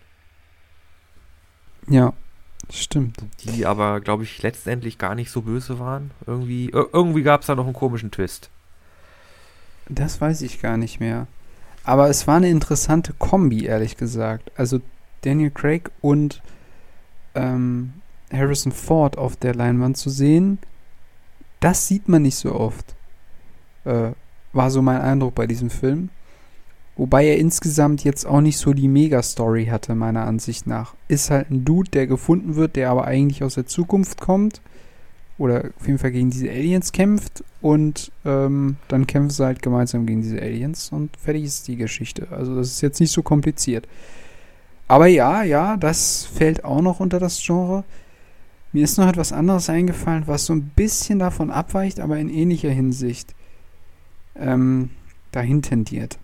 Ja, stimmt. Die aber, glaube ich, letztendlich gar nicht so böse waren. Irgendwie, ir- irgendwie gab es da noch einen komischen Twist. Das weiß ich gar nicht mehr. Aber es war eine interessante Kombi, ehrlich gesagt. Also Daniel Craig und ähm, Harrison Ford auf der Leinwand zu sehen, das sieht man nicht so oft. Äh, war so mein Eindruck bei diesem Film. Wobei er insgesamt jetzt auch nicht so die Mega-Story hatte, meiner Ansicht nach. Ist halt ein Dude, der gefunden wird, der aber eigentlich aus der Zukunft kommt. Oder auf jeden Fall gegen diese Aliens kämpft. Und ähm, dann kämpfen sie halt gemeinsam gegen diese Aliens. Und fertig ist die Geschichte. Also das ist jetzt nicht so kompliziert. Aber ja, ja, das fällt auch noch unter das Genre. Mir ist noch etwas anderes eingefallen, was so ein bisschen davon abweicht, aber in ähnlicher Hinsicht ähm, dahin tendiert.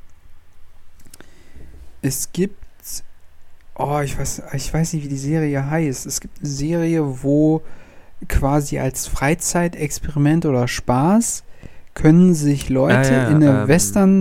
Es gibt, oh, ich weiß, ich weiß nicht, wie die Serie heißt. Es gibt eine Serie, wo quasi als Freizeitexperiment oder Spaß können sich Leute Ah, ja, in eine ähm,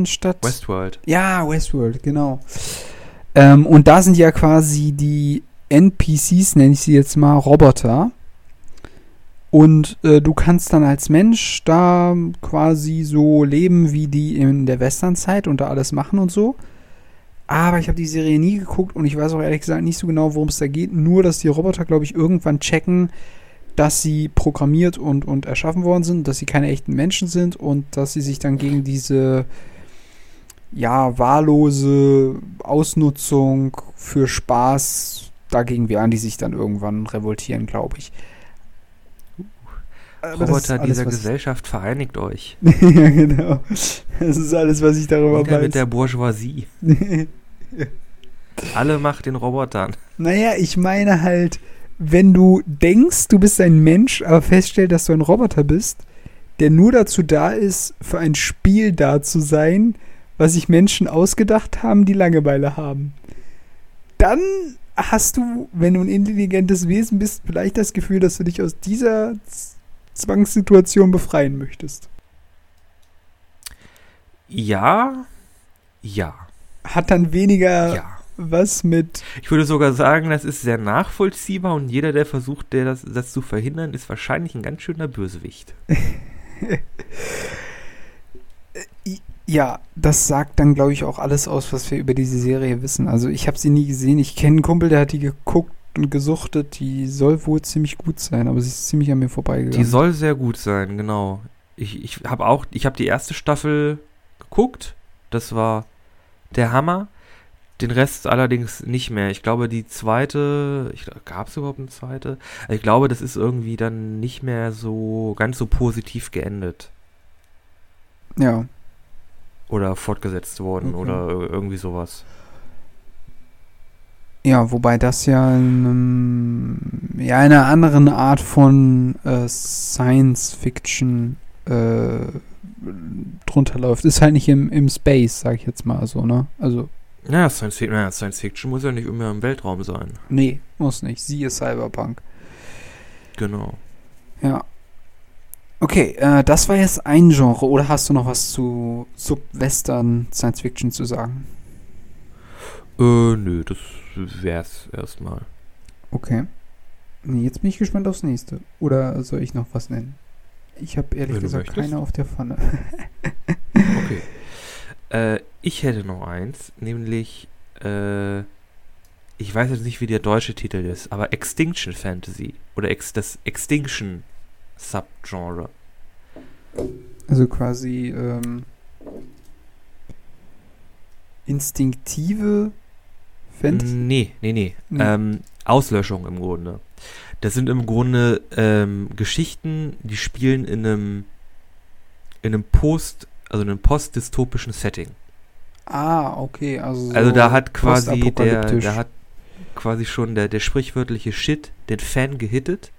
Westernstadt. Westworld. Ja, Westworld, genau. Ähm, und da sind ja quasi die N P Cs, nenne ich sie jetzt mal, Roboter. Und äh, du kannst dann als Mensch da quasi so leben, wie die in der Westernzeit und da alles machen und so. Aber ich habe die Serie nie geguckt und ich weiß auch ehrlich gesagt nicht so genau, worum es da geht. Nur, dass die Roboter, glaube ich, irgendwann checken, dass sie programmiert und, und erschaffen worden sind, dass sie keine echten Menschen sind und dass sie sich dann gegen diese ja, wahllose Ausnutzung für Spaß dagegen wehren, die sich dann irgendwann revoltieren, glaube ich. Aber Roboter alles, dieser Gesellschaft, vereinigt euch. Ja, genau. Das ist alles, was ich darüber und weiß. Mit der Bourgeoisie. Alle Macht den Robotern. Naja, ich meine halt, wenn du denkst, du bist ein Mensch, aber feststellst, dass du ein Roboter bist, der nur dazu da ist, für ein Spiel da zu sein, was sich Menschen ausgedacht haben, die Langeweile haben. Dann hast du, wenn du ein intelligentes Wesen bist, vielleicht das Gefühl, dass du dich aus dieser Zwangssituation befreien möchtest. Ja, ja. Hat dann weniger ja. was mit... Ich würde sogar sagen, das ist sehr nachvollziehbar und jeder, der versucht, der das, das zu verhindern, ist wahrscheinlich ein ganz schöner Bösewicht. Ja, das sagt dann, glaube ich, auch alles aus, was wir über diese Serie wissen. Also ich habe sie nie gesehen. Ich kenne einen Kumpel, der hat die geguckt und gesuchtet. Die soll wohl ziemlich gut sein, aber sie ist ziemlich an mir vorbeigegangen. Die soll sehr gut sein, genau. Ich, ich habe auch, ich habe die erste Staffel geguckt. Das war der Hammer. Den Rest allerdings nicht mehr. Ich glaube, die zweite, gab es überhaupt eine zweite? Ich glaube, das ist irgendwie dann nicht mehr so ganz so positiv geendet. Ja. Oder fortgesetzt worden okay. oder irgendwie sowas. Ja, wobei das ja in, ja, einer anderen Art von äh, Science-Fiction äh, drunter läuft. Ist halt nicht im, im Space, sag ich jetzt mal so, ne? Also Ja, Science, ja, Science Fiction muss ja nicht immer im Weltraum sein. Nee, muss nicht. Siehe Cyberpunk. Genau. Ja. Okay, äh, das war jetzt ein Genre. Oder hast du noch was zu Subwestern Science Fiction zu sagen? Äh, nö, das wär's erstmal. Okay. Nee, jetzt bin ich gespannt aufs nächste. Oder soll ich noch was nennen? Ich habe ehrlich Wenn gesagt keine auf der Pfanne. Okay. Äh, ich hätte noch eins, nämlich, äh, ich weiß jetzt nicht, wie der deutsche Titel ist, aber Extinction Fantasy. Oder Ex- das Extinction Subgenre. Also quasi, ähm, instinktive Fantasy? Nee, nee, nee. nee. Ähm, Auslöschung im Grunde. Das sind im Grunde ähm, Geschichten, die spielen in einem in einem Post, also in einem postdystopischen Setting. Ah, okay, also so Also da hat quasi der, da hat quasi schon der, der sprichwörtliche Shit den Fan gehittet.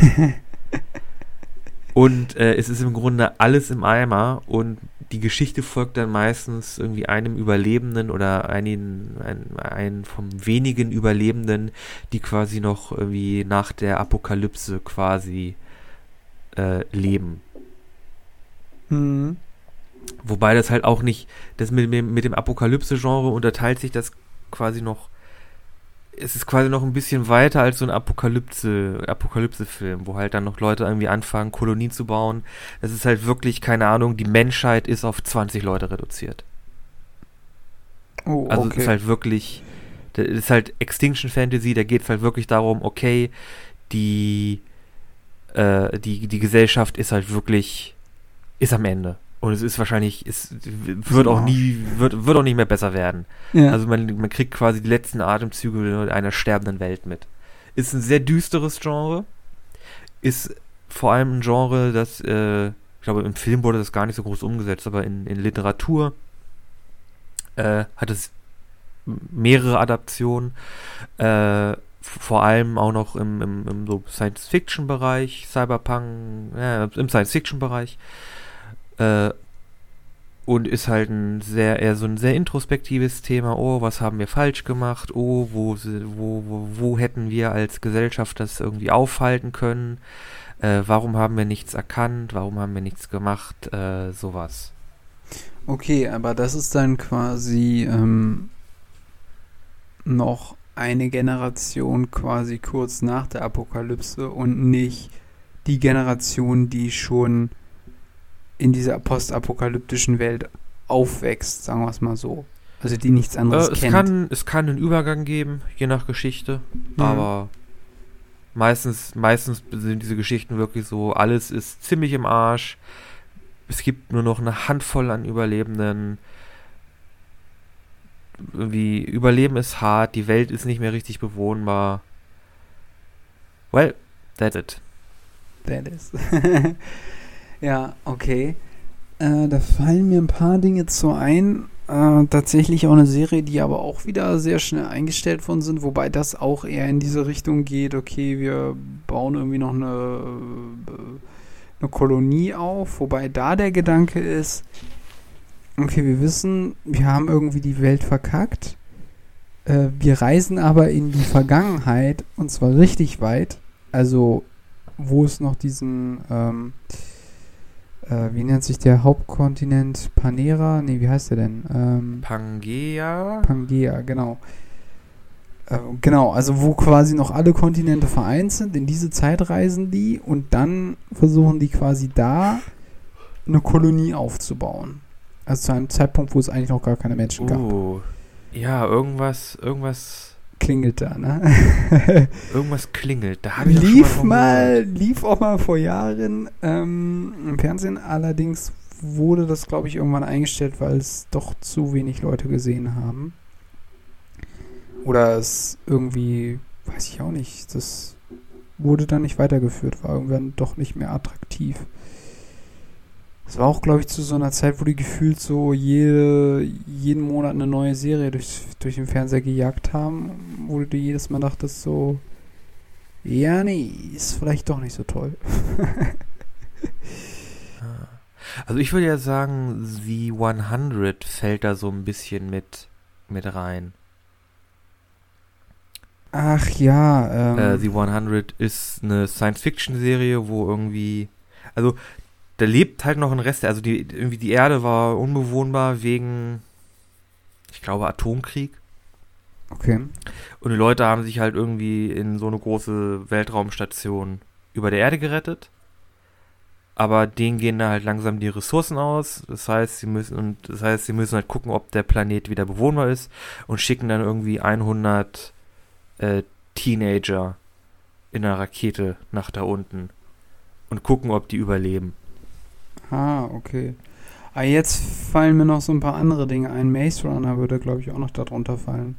Und äh, es ist im Grunde alles im Eimer und die Geschichte folgt dann meistens irgendwie einem Überlebenden oder einen, ein, ein vom wenigen Überlebenden, die quasi noch irgendwie nach der Apokalypse quasi äh, leben. Mhm. Wobei das halt auch nicht, das mit, mit dem Apokalypse-Genre unterteilt sich das quasi noch, es ist quasi noch ein bisschen weiter als so ein Apokalypse, Apokalypse-Film, wo halt dann noch Leute irgendwie anfangen, Kolonien zu bauen. Das ist halt wirklich, keine Ahnung, die Menschheit ist auf zwanzig Leute reduziert. Oh, also okay. es ist halt wirklich, das ist halt Extinction Fantasy, da geht es halt wirklich darum, okay, die, äh, die, die Gesellschaft ist halt wirklich, ist am Ende. Und es ist wahrscheinlich, es wird auch nie, wird, wird auch nicht mehr besser werden. Ja. Also man, man kriegt quasi die letzten Atemzüge einer sterbenden Welt mit. Ist ein sehr düsteres Genre. Ist vor allem ein Genre, das, äh, ich glaube, im Film wurde das gar nicht so groß umgesetzt, aber in, in Literatur äh, hat es mehrere Adaptionen. Äh, vor allem auch noch im, im, im so Science-Fiction-Bereich, Cyberpunk, ja, im Science-Fiction-Bereich. Äh, und ist halt ein sehr, eher so ein sehr introspektives Thema. Oh, was haben wir falsch gemacht? Oh, wo, wo, wo, wo hätten wir als Gesellschaft das irgendwie aufhalten können? Äh, warum haben wir nichts erkannt? Warum haben wir nichts gemacht? Äh, sowas. Okay, aber das ist dann quasi ähm, noch eine Generation quasi kurz nach der Apokalypse und nicht die Generation, die schon in dieser postapokalyptischen Welt aufwächst, sagen wir es mal so. Also die nichts anderes äh, es kennt. Kann, es kann einen Übergang geben, je nach Geschichte, Mhm. aber meistens, meistens sind diese Geschichten wirklich so, alles ist ziemlich im Arsch, es gibt nur noch eine Handvoll an Überlebenden, irgendwie Überleben ist hart, die Welt ist nicht mehr richtig bewohnbar. Well, that's it. That is. Ja, okay. Äh, da fallen mir ein paar Dinge zu ein. Äh, tatsächlich auch eine Serie, die aber auch wieder sehr schnell eingestellt worden sind, wobei das auch eher in diese Richtung geht, okay, wir bauen irgendwie noch eine, eine Kolonie auf, wobei da der Gedanke ist, okay, wir wissen, wir haben irgendwie die Welt verkackt, äh, wir reisen aber in die Vergangenheit und zwar richtig weit, also wo es noch diesen, ähm, äh, wie nennt sich der Hauptkontinent? Panera? Nee, wie heißt der denn? Ähm, Pangea? Pangea, genau. Äh, genau, also wo quasi noch alle Kontinente vereint sind, in diese Zeit reisen die und dann versuchen die quasi da eine Kolonie aufzubauen. Also zu einem Zeitpunkt, wo es eigentlich noch gar keine Menschen gab. Oh, ja, irgendwas, irgendwas, Klingelt da, ne? irgendwas klingelt. Da habe ich doch Lief schon von mal, gehört. lief auch mal vor Jahren ähm, im Fernsehen, allerdings wurde das, glaube ich, irgendwann eingestellt, weil es doch zu wenig Leute gesehen haben. Oder es irgendwie, weiß ich auch nicht, das wurde dann nicht weitergeführt, war irgendwann doch nicht mehr attraktiv. Es war auch, glaube ich, zu so einer Zeit, wo die gefühlt so jede, jeden Monat eine neue Serie durch, durch den Fernseher gejagt haben, wo du dir jedes Mal dachtest so, ja, nee, ist vielleicht doch nicht so toll. Also ich würde ja sagen, The hundert fällt da so ein bisschen mit, mit rein. Ach ja, ähm, Äh, The hundert ist eine Science-Fiction-Serie, wo irgendwie, also da lebt halt noch ein Rest, also die, irgendwie die Erde war unbewohnbar wegen, ich glaube, Atomkrieg. okay. Und die Leute haben sich halt irgendwie in so eine große Weltraumstation über der Erde gerettet. Aber denen gehen da halt langsam die Ressourcen aus. Das heißt, sie müssen und das heißt, sie müssen halt gucken, ob der Planet wieder bewohnbar ist und schicken dann irgendwie hundert äh, Teenager in einer Rakete nach da unten und gucken, ob die überleben. Ah, okay. Ah, jetzt fallen mir noch so ein paar andere Dinge ein. Maze Runner würde, glaube ich, auch noch darunter fallen.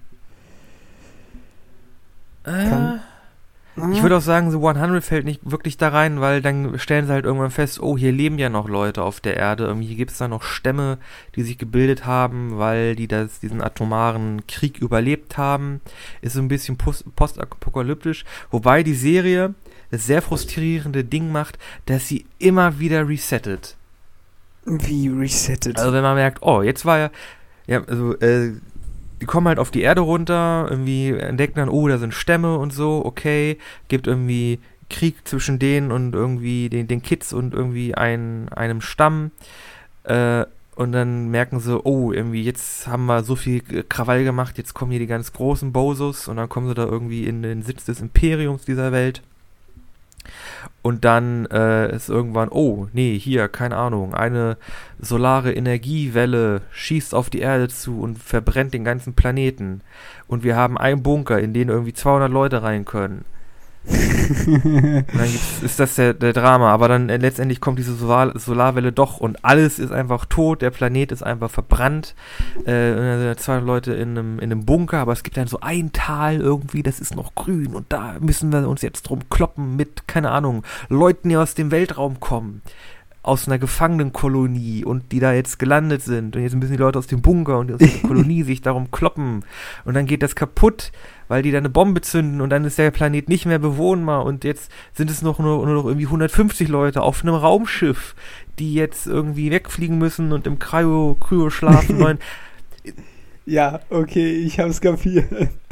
Kann- Ah, Ich würde auch sagen, The hundert fällt nicht wirklich da rein, weil dann stellen sie halt irgendwann fest, oh, hier leben ja noch Leute auf der Erde. Irgendwie gibt es da noch Stämme, die sich gebildet haben, weil die das, diesen atomaren Krieg überlebt haben. Ist so ein bisschen post- postapokalyptisch. Wobei die Serie das sehr frustrierende Ding macht, dass sie immer wieder resettet. wie resettet. Also wenn man merkt, oh, jetzt war ja, ja, also, äh, die kommen halt auf die Erde runter, irgendwie entdecken dann, oh, da sind Stämme und so, okay, gibt irgendwie Krieg zwischen denen und irgendwie den, den Kids und irgendwie ein, einem Stamm, äh, und dann merken sie, oh, irgendwie jetzt haben wir so viel Krawall gemacht, jetzt kommen hier die ganz großen Bosos und dann kommen sie da irgendwie in den Sitz des Imperiums dieser Welt. Und dann äh, ist irgendwann, oh, nee, hier, keine Ahnung, eine solare Energiewelle schießt auf die Erde zu und verbrennt den ganzen Planeten. Und wir haben einen Bunker, in den irgendwie zweihundert Leute rein können. Und dann gibt's, ist das der, der Drama. Aber dann äh, letztendlich kommt diese Solar Solarwelle doch und alles ist einfach tot, der Planet ist einfach verbrannt. Äh, und dann sind zweihundert Leute in einem, in einem Bunker, aber es gibt dann so ein Tal irgendwie, das ist noch grün und da müssen wir uns jetzt drum kloppen mit, keine Ahnung, Leuten, die aus dem Weltraum kommen. Aus einer Gefangenenkolonie und die da jetzt gelandet sind und jetzt müssen die Leute aus dem Bunker und aus der Kolonie sich darum kloppen und dann geht das kaputt, weil die da eine Bombe zünden und dann ist der Planet nicht mehr bewohnbar und jetzt sind es noch nur, nur noch irgendwie hundertfünfzig Leute auf einem Raumschiff, die jetzt irgendwie wegfliegen müssen und im Kryo, Kryo schlafen wollen. Ja, okay, ich hab's kapiert.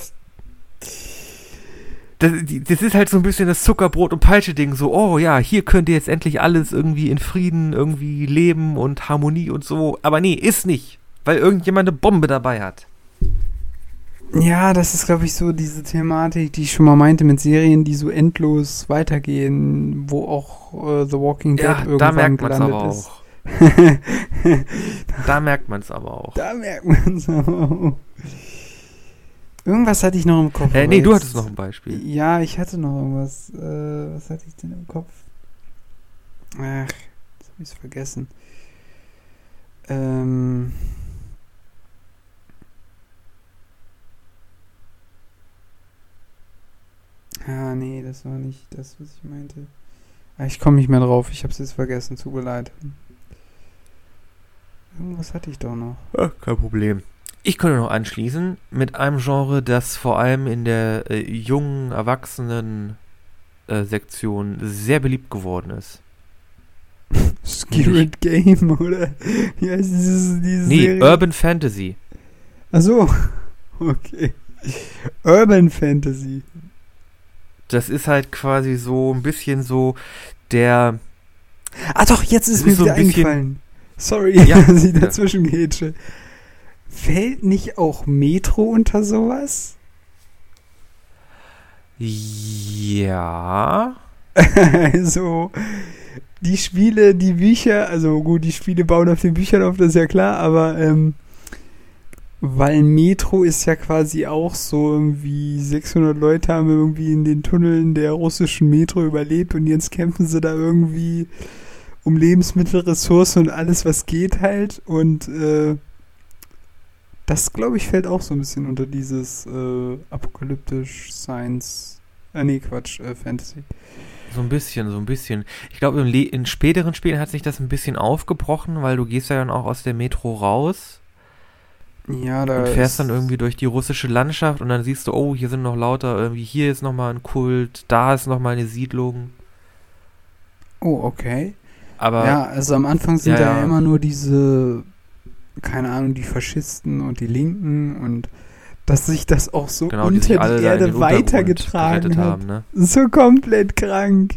Das, die- das ist halt so ein bisschen das Zuckerbrot- und Peitsche-Ding, so, oh ja, hier könnt ihr jetzt endlich alles irgendwie in Frieden irgendwie leben und Harmonie und so, aber nee, ist nicht, weil irgendjemand eine Bombe dabei hat. Ja, das ist, glaube ich, so diese Thematik, die ich schon mal meinte mit Serien, die so endlos weitergehen, wo auch äh, The Walking Dead Ja, irgendwann da merkt man es gelandet aber ist. auch. Da merkt man es aber auch. Da merkt man es aber auch. Irgendwas hatte ich noch im Kopf. Äh, aber nee, du jetzt- hattest noch ein Beispiel. Ja, ich hatte noch irgendwas. Äh, was hatte ich denn im Kopf? Ach, jetzt habe ich es vergessen. Ähm. Ah, nee, das war nicht das, was ich meinte. Ah, ich komme nicht mehr drauf. Ich habe es jetzt vergessen. Tut mir leid. Irgendwas hatte ich doch noch. Ja, kein Problem. Ich könnte noch anschließen mit einem Genre, das vor allem in der äh, jungen Erwachsenen äh, Sektion sehr beliebt geworden ist. Spirit Game, oder? Wie heißt dieses, diese Nee, Serie? Urban Fantasy. Ach so. Okay. Urban Fantasy. Das ist halt quasi so ein bisschen so der... Ah doch, jetzt ist Das mir ist so wieder ein bisschen- eingefallen. Sorry, Ja, dass ich ja. dazwischen gehetsche. Fällt nicht auch Metro unter sowas? Ja... Also, die Spiele, die Bücher, also gut, die Spiele bauen auf den Büchern auf, das ist ja klar, aber ähm, weil Metro ist ja quasi auch so irgendwie sechshundert Leute haben irgendwie in den Tunneln der russischen Metro überlebt und jetzt kämpfen sie da irgendwie um Lebensmittel, Ressourcen und alles, was geht halt und äh, das, glaube ich, fällt auch so ein bisschen unter dieses äh, apokalyptisch Science, äh, nee, Quatsch, äh, Fantasy. So ein bisschen, so ein bisschen. Ich glaube, in, Le- in späteren Spielen hat sich das ein bisschen aufgebrochen, weil du gehst ja dann auch aus der Metro raus Ja, da und fährst ist- dann irgendwie durch die russische Landschaft und dann siehst du, oh, hier sind noch lauter, irgendwie hier ist nochmal ein Kult, da ist nochmal eine Siedlung. Oh, okay. Aber Ja, also am Anfang sind Ja, da ja ja. immer nur diese, keine Ahnung, die Faschisten und die Linken und dass sich das auch so genau, die unter sich alle die da in den Erde Untergrund weitergetragen gerettet hat. haben, ne? So komplett krank.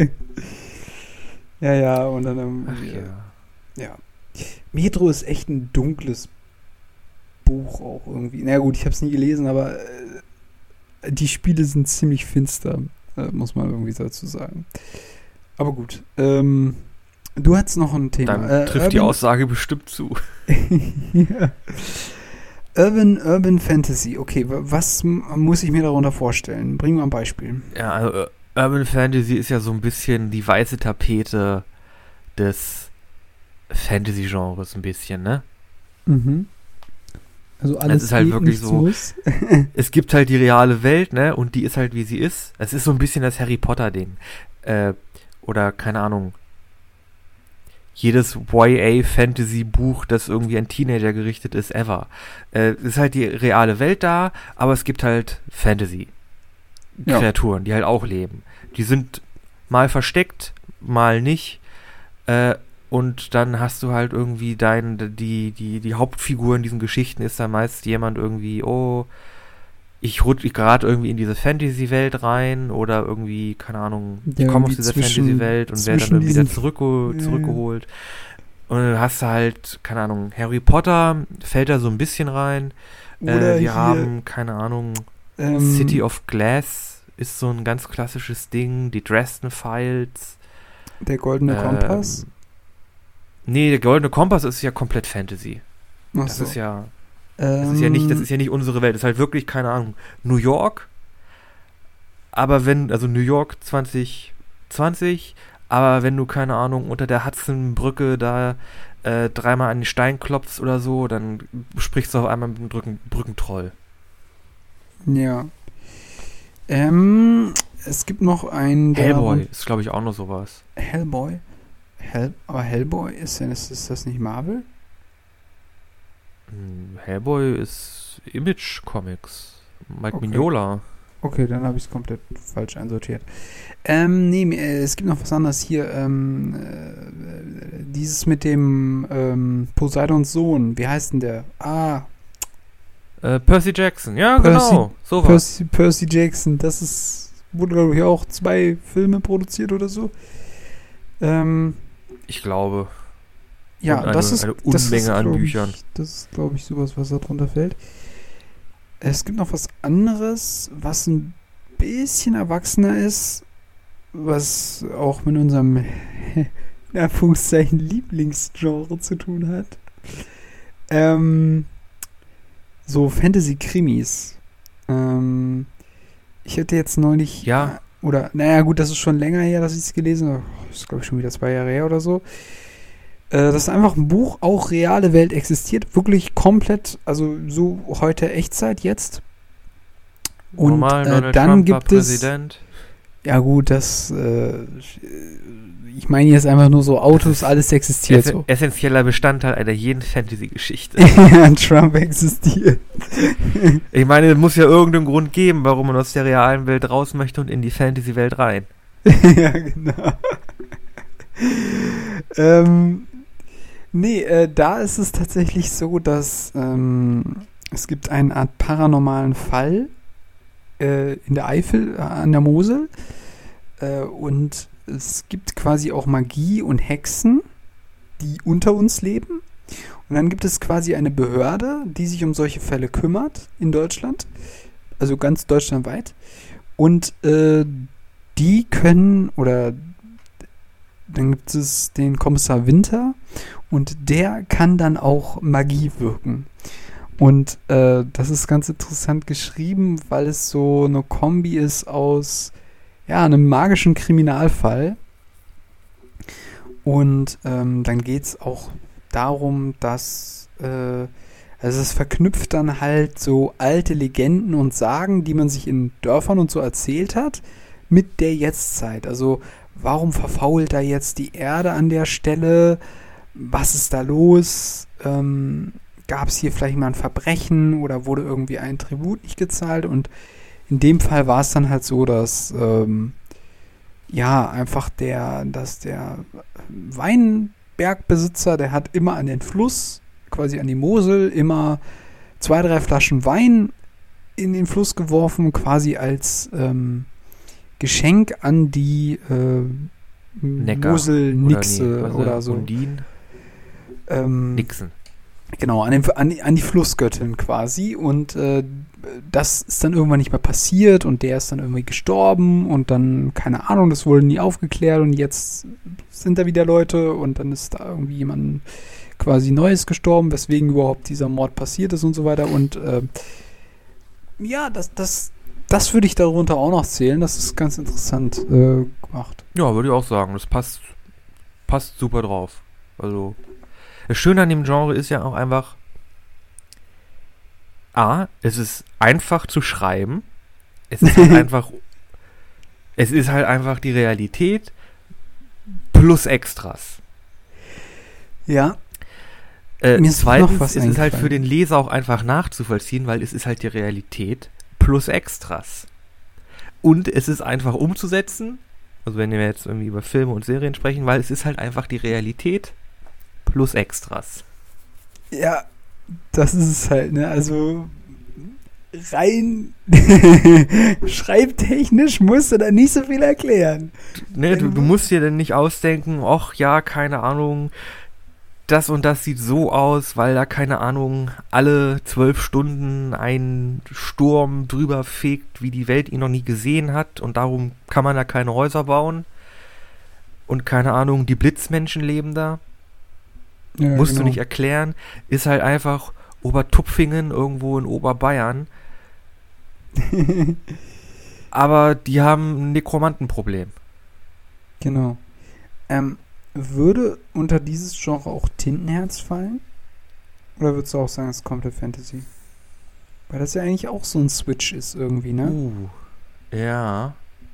Ja, ja, und dann ähm, Ach ja. ja. Metro ist echt ein dunkles Buch auch irgendwie. Na gut, ich habe es nie gelesen, aber äh, die Spiele sind ziemlich finster, äh, muss man irgendwie dazu sagen. Aber gut. Ähm, du hattest noch ein Thema. Dann Äh, trifft die Urban- Aussage bestimmt zu. ja. Urban, Urban Fantasy. Okay, wa- was m- muss ich mir darunter vorstellen? Bring mal ein Beispiel. Ja, also äh, Urban Fantasy ist ja so ein bisschen die weiße Tapete des Fantasy-Genres ein bisschen, ne? Mhm. Also alles ist halt geht, wirklich nichts so- muss. Es gibt halt die reale Welt, ne? Und die ist halt, wie sie ist. Es ist so ein bisschen das Harry Potter-Ding. Äh, oder, keine Ahnung, jedes Y A-Fantasy-Buch, das irgendwie an Teenager gerichtet ist, ever. Äh, es ist halt die reale Welt da, aber es gibt halt Fantasy-Kreaturen, Ja. die halt auch leben. Die sind mal versteckt, mal nicht. Äh, und dann hast du halt irgendwie dein, die, die, die Hauptfigur in diesen Geschichten ist dann meist jemand irgendwie, oh, ich rutsche gerade irgendwie in diese Fantasy-Welt rein oder irgendwie, keine Ahnung, ich Ja, komme aus irgendwie dieser zwischen- Fantasy-Welt und werde dann zwischen irgendwie wieder diesen- zurückge Ja. zurückgeholt. Und dann hast du halt, keine Ahnung, Harry Potter fällt da so ein bisschen rein. Oder äh, wir hier, haben, keine Ahnung, ähm, City of Glass ist so ein ganz klassisches Ding, die Dresden Files. der goldene ähm, Kompass. Nee, der Goldene Kompass ist ja komplett Fantasy. Ach Das so. ist ja, das ist ja nicht, das ist ja nicht unsere Welt. Das ist halt wirklich, keine Ahnung, New York. Aber wenn, also New York zwanzig zwanzig, aber wenn du, keine Ahnung, unter der Hudsonbrücke da äh, dreimal an den Stein klopfst oder so, dann sprichst du auf einmal mit dem Brücken, Brückentroll. Ja. Ähm, es gibt noch einen, der Hellboy ist, glaube ich, auch noch sowas. Hellboy? Hell, aber Hellboy, ist, denn, ist, ist das nicht Marvel? Hm, Hellboy ist Image Comics. Mike Okay. Mignola. Okay, dann habe ich es komplett falsch einsortiert. Ähm, nee, äh, es gibt noch was anderes hier. Ähm, äh, dieses mit dem ähm, Poseidons Sohn. Wie heißt denn der? Ah, Äh, Percy Jackson, ja, Percy- genau. Sowas. Percy, Percy Jackson. Das ist, wurde, glaube ich, auch zwei Filme produziert oder so. Ähm, Ich glaube. ja, Und eine- das ist eine das ist, Unmenge an glaub ich, Büchern. Das ist, glaube ich, sowas, was da drunter fällt. Es gibt noch was anderes, was ein bisschen erwachsener ist, was auch mit unserem in Anführungszeichen Lieblingsgenre zu tun hat. Ähm, so Fantasy-Krimis. Ähm, ich hatte jetzt neulich, Ja. oder, naja gut, das ist schon länger her, dass ich es gelesen habe. Das ist, glaube ich, schon wieder zwei Jahre her oder so. Äh, das ist einfach ein Buch, auch reale Welt existiert, wirklich komplett, also so heute Echtzeit jetzt. Und Normal, äh, Donald dann Trump gibt war es, Präsident. ja gut, das, äh, ich meine jetzt einfach nur so Autos, alles existiert Essen- so. Essentieller Bestandteil einer jeden Fantasy-Geschichte. Trump existiert. Ich meine, es muss ja irgendeinen Grund geben, warum man aus der realen Welt raus möchte und in die Fantasy-Welt rein. Ja, genau. ähm, nee, äh, da ist es tatsächlich so, dass ähm, es gibt eine Art paranormalen Fall äh, in der Eifel, äh, an der Mosel. Äh, und es gibt quasi auch Magie und Hexen, die unter uns leben. Und dann gibt es quasi eine Behörde, die sich um solche Fälle kümmert in Deutschland. Also ganz deutschlandweit. Und äh, die können, oder dann gibt es den Kommissar Winter und der kann dann auch Magie wirken. Und äh, das ist ganz interessant geschrieben, weil es so eine Kombi ist aus ja, einem magischen Kriminalfall. Und ähm, dann geht es auch darum, dass äh, also es verknüpft dann halt so alte Legenden und Sagen, die man sich in Dörfern und so erzählt hat, mit der Jetztzeit. Also warum verfault da jetzt die Erde an der Stelle? Was ist da los? Ähm, gab es hier vielleicht mal ein Verbrechen oder wurde irgendwie ein Tribut nicht gezahlt? Und in dem Fall war es dann halt so, dass ähm, ja, einfach der, dass der Weinbergbesitzer, der hat immer an den Fluss, quasi an die Mosel, immer zwei, drei Flaschen Wein in den Fluss geworfen, quasi als ähm, Geschenk an die äh, Mosel-Nixe oder, nee, oder so. Undin? Ähm, Nixen. Genau, an, den, an, die, an die Flussgöttin quasi. Und äh, das ist dann irgendwann nicht mehr passiert und der ist dann irgendwie gestorben und dann, keine Ahnung, das wurde nie aufgeklärt und jetzt sind da wieder Leute und dann ist da irgendwie jemand quasi Neues gestorben, weswegen überhaupt dieser Mord passiert ist und so weiter. Und äh, ja, das, das, das würde ich darunter auch noch zählen. Das ist ganz interessant äh, gemacht. Ja, würde ich auch sagen. Das passt, passt super drauf. Also, das Schöne an dem Genre ist ja auch einfach, A, es ist einfach zu schreiben. Es ist halt einfach, es ist halt einfach die Realität plus Extras. Ja. Äh, Mir ist zweitens noch was ist es halt eingefallen. für den Leser auch einfach nachzuvollziehen, weil es ist halt die Realität plus Extras. Und es ist einfach umzusetzen, also wenn wir jetzt irgendwie über Filme und Serien sprechen, weil es ist halt einfach die Realität plus Extras. Ja, das ist es halt, ne? Also rein schreibtechnisch musst du da nicht so viel erklären. Ne, du, du musst dir dann nicht ausdenken, ach ja, keine Ahnung, das und das sieht so aus, weil da, keine Ahnung, alle zwölf Stunden ein Sturm drüber fegt, wie die Welt ihn noch nie gesehen hat und darum kann man da keine Häuser bauen. Und keine Ahnung, die Blitzmenschen leben da. Ja, Musst genau. du nicht erklären. Ist halt einfach Obertupfingen irgendwo in Oberbayern. Aber die haben ein Nekromantenproblem. Genau. Ähm, würde unter dieses Genre auch Tintenherz fallen? Oder würdest du auch sagen, es ist komplett Fantasy? Weil das ja eigentlich auch so ein Switch ist irgendwie, ne? Uh, ja.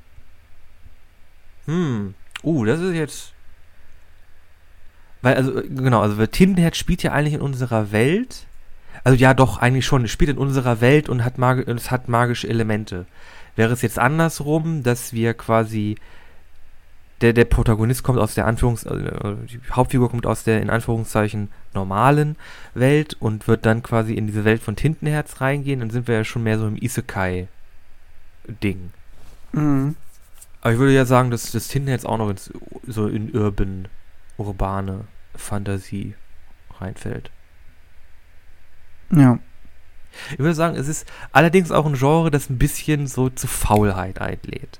Hm. Uh, das ist jetzt... Weil, also, genau, also Tintenherz spielt ja eigentlich in unserer Welt. Also ja, doch, eigentlich schon. Es spielt in unserer Welt und hat magi- es hat magische Elemente. Wäre es jetzt andersrum, dass wir quasi... Der, der Protagonist kommt aus der Anführungs... Äh, die Hauptfigur kommt aus der, in Anführungszeichen, normalen Welt und wird dann quasi in diese Welt von Tintenherz reingehen, dann sind wir ja schon mehr so im Isekai-Ding. Mhm. Aber ich würde ja sagen, dass das Tintenherz auch noch ins, so in Urban, urbane Fantasie reinfällt. Ja. Ich würde sagen, es ist allerdings auch ein Genre, das ein bisschen so zu Faulheit einlädt.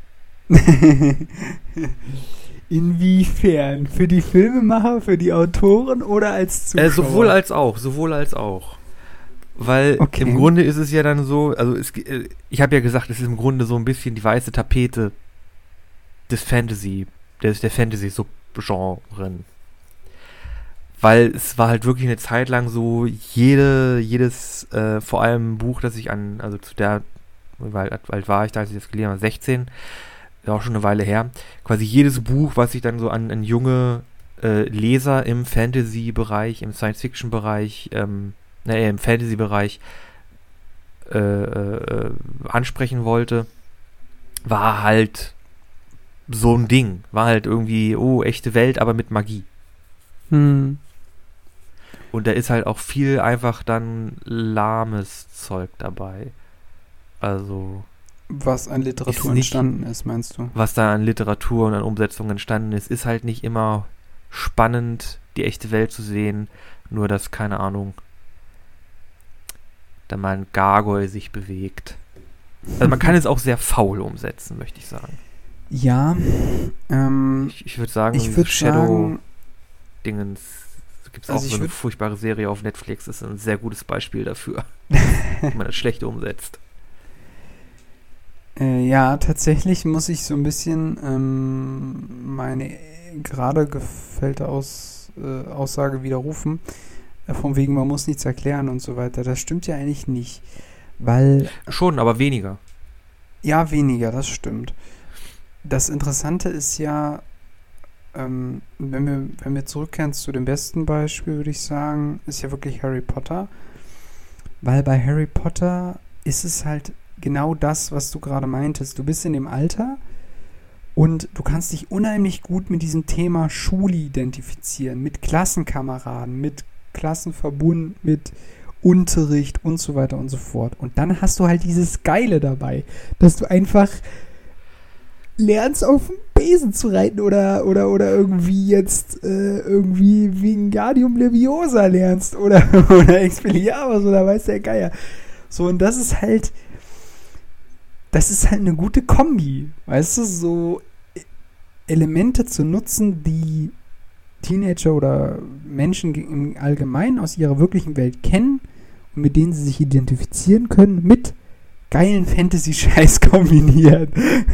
Inwiefern? Für die Filmemacher, für die Autoren oder als Zuschauer? Äh, sowohl als auch, sowohl als auch. Weil Okay. im Grunde ist es ja dann so, also es, äh, ich habe ja gesagt, es ist im Grunde so ein bisschen die weiße Tapete des Fantasy, des, der Fantasy-Subgenren. Weil es war halt wirklich eine Zeit lang so, jede, jedes, äh, vor allem Buch, das ich an, also zu der, wie alt, alt war ich da, als ich das gelesen habe, sechzehn, ja auch schon eine Weile her, quasi jedes Buch, was ich dann so an, an junge äh, Leser im Fantasy-Bereich, im Science-Fiction-Bereich, ähm, ne, im Fantasy-Bereich äh, äh, ansprechen wollte, war halt so ein Ding. War halt irgendwie, oh, echte Welt, aber mit Magie. Hm. Und da ist halt auch viel einfach dann lahmes Zeug dabei. Also, Was an Literatur Ist nicht- entstanden ist, meinst du? was da an Literatur und an Umsetzung entstanden ist, ist halt nicht immer spannend, die echte Welt zu sehen. Nur, dass, keine Ahnung, da mal ein Gargoyle sich bewegt. Also man kann es auch sehr faul umsetzen, möchte ich sagen. Ja, ähm, Ich, ich würde sagen, ich dieses würde sagen, Shadow-Dingens, gibt es Also auch ich so eine würd- furchtbare Serie auf Netflix, ist ein sehr gutes Beispiel dafür, wie man das schlecht umsetzt. Äh, ja, tatsächlich muss ich so ein bisschen ähm, meine gerade gefällte Aus, äh, Aussage widerrufen, äh, von wegen, man muss nichts erklären und so weiter. Das stimmt ja eigentlich nicht, weil, Schon, aber weniger. ja, weniger, das stimmt. Das Interessante ist ja, ähm, wenn wir, wenn wir zurückkehren zu dem besten Beispiel, würde ich sagen, ist ja wirklich Harry Potter, weil bei Harry Potter ist es halt genau das, was du gerade meintest. Du bist in dem Alter und du kannst dich unheimlich gut mit diesem Thema Schule identifizieren, mit Klassenkameraden, mit Klassenverbund, mit Unterricht und so weiter und so fort. Und dann hast du halt dieses Geile dabei, dass du einfach lernst, auf dem Besen zu reiten oder, oder, oder irgendwie jetzt äh, irgendwie Wingardium Leviosa lernst oder, oder Expelliarmus oder weiß der Geier. So, und das ist halt das ist halt eine gute Kombi, weißt du, so Elemente zu nutzen, die Teenager oder Menschen im Allgemeinen aus ihrer wirklichen Welt kennen und mit denen sie sich identifizieren können, mit geilen Fantasy-Scheiß kombinieren.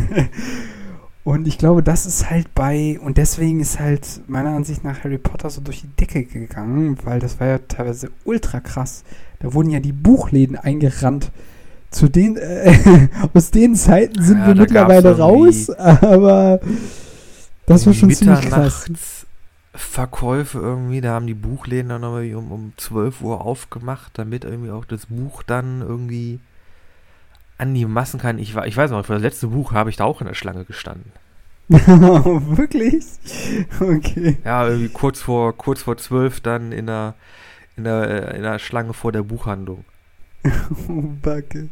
Und ich glaube, das ist halt bei, und deswegen ist halt meiner Ansicht nach Harry Potter so durch die Decke gegangen, weil das war ja teilweise ultra krass. Da wurden ja die Buchläden eingerannt. Zu den, äh, aus den Zeiten sind Ja, wir da mittlerweile gab's raus, aber das war schon ziemlich krass. Mitternachtsverkäufe irgendwie, da haben die Buchläden dann irgendwie um, um zwölf Uhr aufgemacht, damit irgendwie auch das Buch dann irgendwie an die Massen kann. Ich, war, ich weiß noch, für das letzte Buch habe ich da auch in der Schlange gestanden. Wirklich? Okay. Ja, irgendwie kurz vor kurz vor zwölf dann in der, in der, äh, in der Schlange vor der Buchhandlung. Oh, Backe.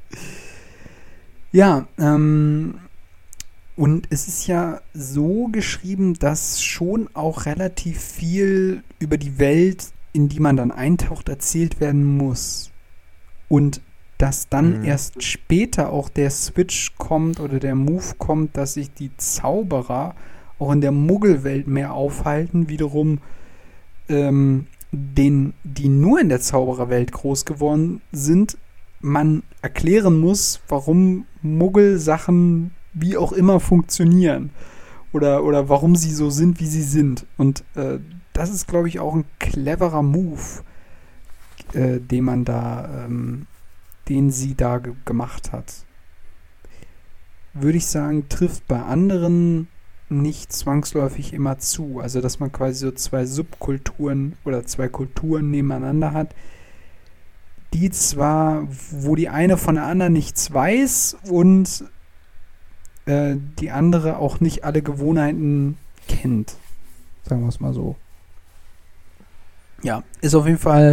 Ja, ähm, und es ist ja so geschrieben, dass schon auch relativ viel über die Welt, in die man dann eintaucht, erzählt werden muss. Und dass dann Mhm. erst später auch der Switch kommt oder der Move kommt, dass sich die Zauberer auch in der Muggelwelt mehr aufhalten, wiederum ähm, den, die nur in der Zaubererwelt groß geworden sind, man erklären muss, warum Muggel-Sachen wie auch immer funktionieren. Oder, oder warum sie so sind, wie sie sind. Und äh, das ist, glaube ich, auch ein cleverer Move, äh, den man da, ähm, den sie da ge- gemacht hat. Würde ich sagen, trifft bei anderen nicht zwangsläufig immer zu. Also, dass man quasi so zwei Subkulturen oder zwei Kulturen nebeneinander hat, die zwar, wo die eine von der anderen nichts weiß und äh, die andere auch nicht alle Gewohnheiten kennt. Sagen wir es mal so. Ja, ist auf jeden Fall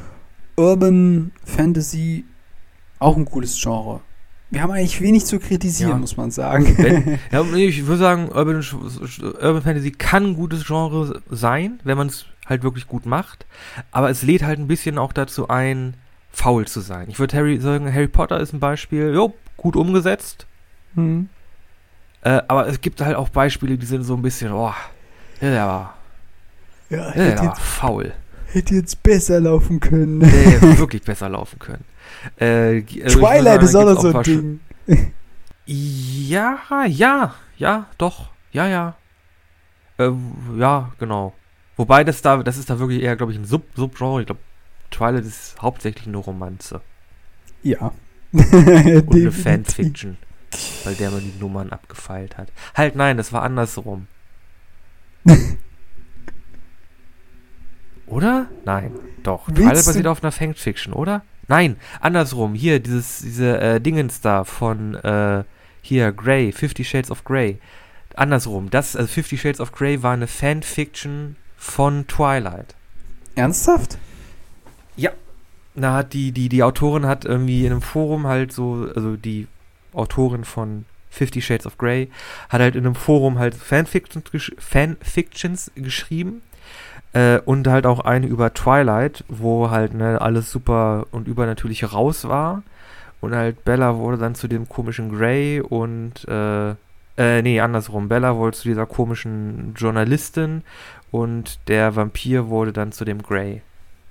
Urban Fantasy auch ein cooles Genre. Wir haben eigentlich wenig zu kritisieren, Ja. muss man sagen. Wenn, ja, ich würde sagen, Urban, Urban Fantasy kann ein gutes Genre sein, wenn man es halt wirklich gut macht. Aber es lädt halt ein bisschen auch dazu ein, faul zu sein. Ich würde Harry sagen, Harry Potter ist ein Beispiel, jo, gut umgesetzt. Hm. Äh, aber es gibt halt auch Beispiele, die sind so ein bisschen, oh, der war, Ja, der hätte war jetzt, faul. hätte jetzt besser laufen können. Der hätte wirklich besser laufen können. Äh, also Twilight ist auch noch so ein ein Ding. Ja, ja, ja, doch, ja, ja. Äh, ja, genau. Wobei das da, das ist da wirklich eher, glaube ich, ein Sub Subgenre. Ich glaube, Twilight ist hauptsächlich eine Romanze. Ja. Und eine Definitiv. Fanfiction. Weil der man die Nummern abgefeilt hat. Halt, nein, das war andersrum. Oder? Nein, doch. Willst Twilight du- basiert auf einer Fanfiction, oder? Nein, andersrum. Hier, dieses, diese äh, Dingens da von, äh, hier, Grey, Fifty Shades of Grey. Andersrum. Das, also Fifty Shades of Grey war eine Fanfiction von Twilight. Ernsthaft? Na, hat die, die, die Autorin hat irgendwie in einem Forum halt so, also die Autorin von Fifty Shades of Grey hat halt in einem Forum halt Fanfictions, gesch- Fanfictions geschrieben äh, und halt auch eine über Twilight, wo halt ne, alles super und übernatürlich raus war und halt Bella wurde dann zu dem komischen Grey und äh, äh, nee, andersrum, Bella wurde zu dieser komischen Journalistin und der Vampir wurde dann zu dem Grey.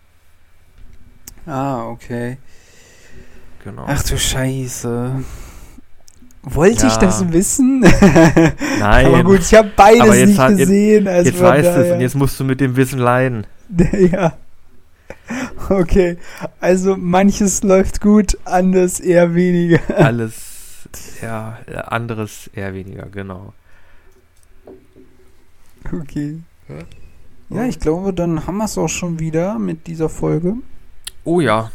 Ah, okay. Genau. Ach du Scheiße. Wollte Ja. ich das wissen? Nein. Aber gut, ich habe beides Aber jetzt nicht hat- jetzt- gesehen. Also Jetzt von weißt du es daher- und jetzt musst du mit dem Wissen leiden. Ja. Okay. Also manches läuft gut, anderes eher weniger. Alles, ja, anderes eher weniger, genau. Okay. Ja, ich glaube, dann haben wir es auch schon wieder mit dieser Folge. Oh ja.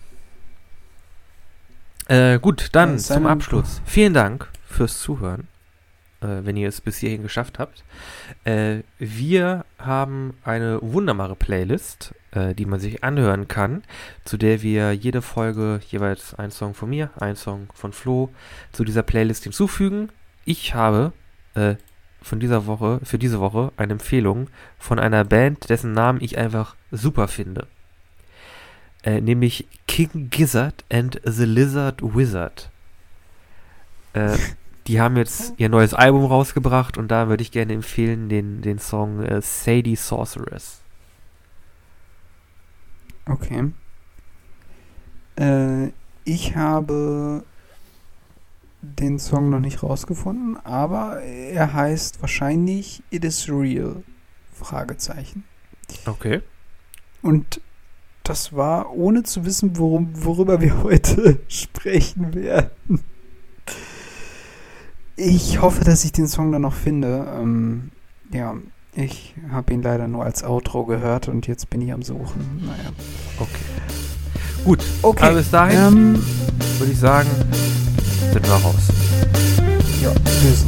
Äh, gut, dann Ja, zum Simon- Abschluss. Vielen Dank fürs Zuhören, äh, wenn ihr es bis hierhin geschafft habt. Äh, wir haben eine wunderbare Playlist, äh, die man sich anhören kann, zu der wir jede Folge jeweils einen Song von mir, einen Song von Flo zu dieser Playlist hinzufügen. Ich habe äh, von dieser Woche, für diese Woche eine Empfehlung von einer Band, dessen Namen ich einfach super finde. Äh, nämlich King Gizzard and the Lizard Wizard. Äh, die haben jetzt ihr neues Album rausgebracht und da würde ich gerne empfehlen den, den Song äh, Sadie Sorceress. Okay. Äh, ich habe den Song noch nicht rausgefunden, aber er heißt wahrscheinlich It Is Real? Fragezeichen. Okay. Und das war, ohne zu wissen, worum, worüber wir heute sprechen werden. Ich hoffe, dass ich den Song dann noch finde. Ähm, ja, ich habe ihn leider nur als Outro gehört und jetzt bin ich am Suchen. Naja. Okay. Gut. Okay. Aber bis dahin Ähm, würde ich sagen, sind wir raus. ja, bis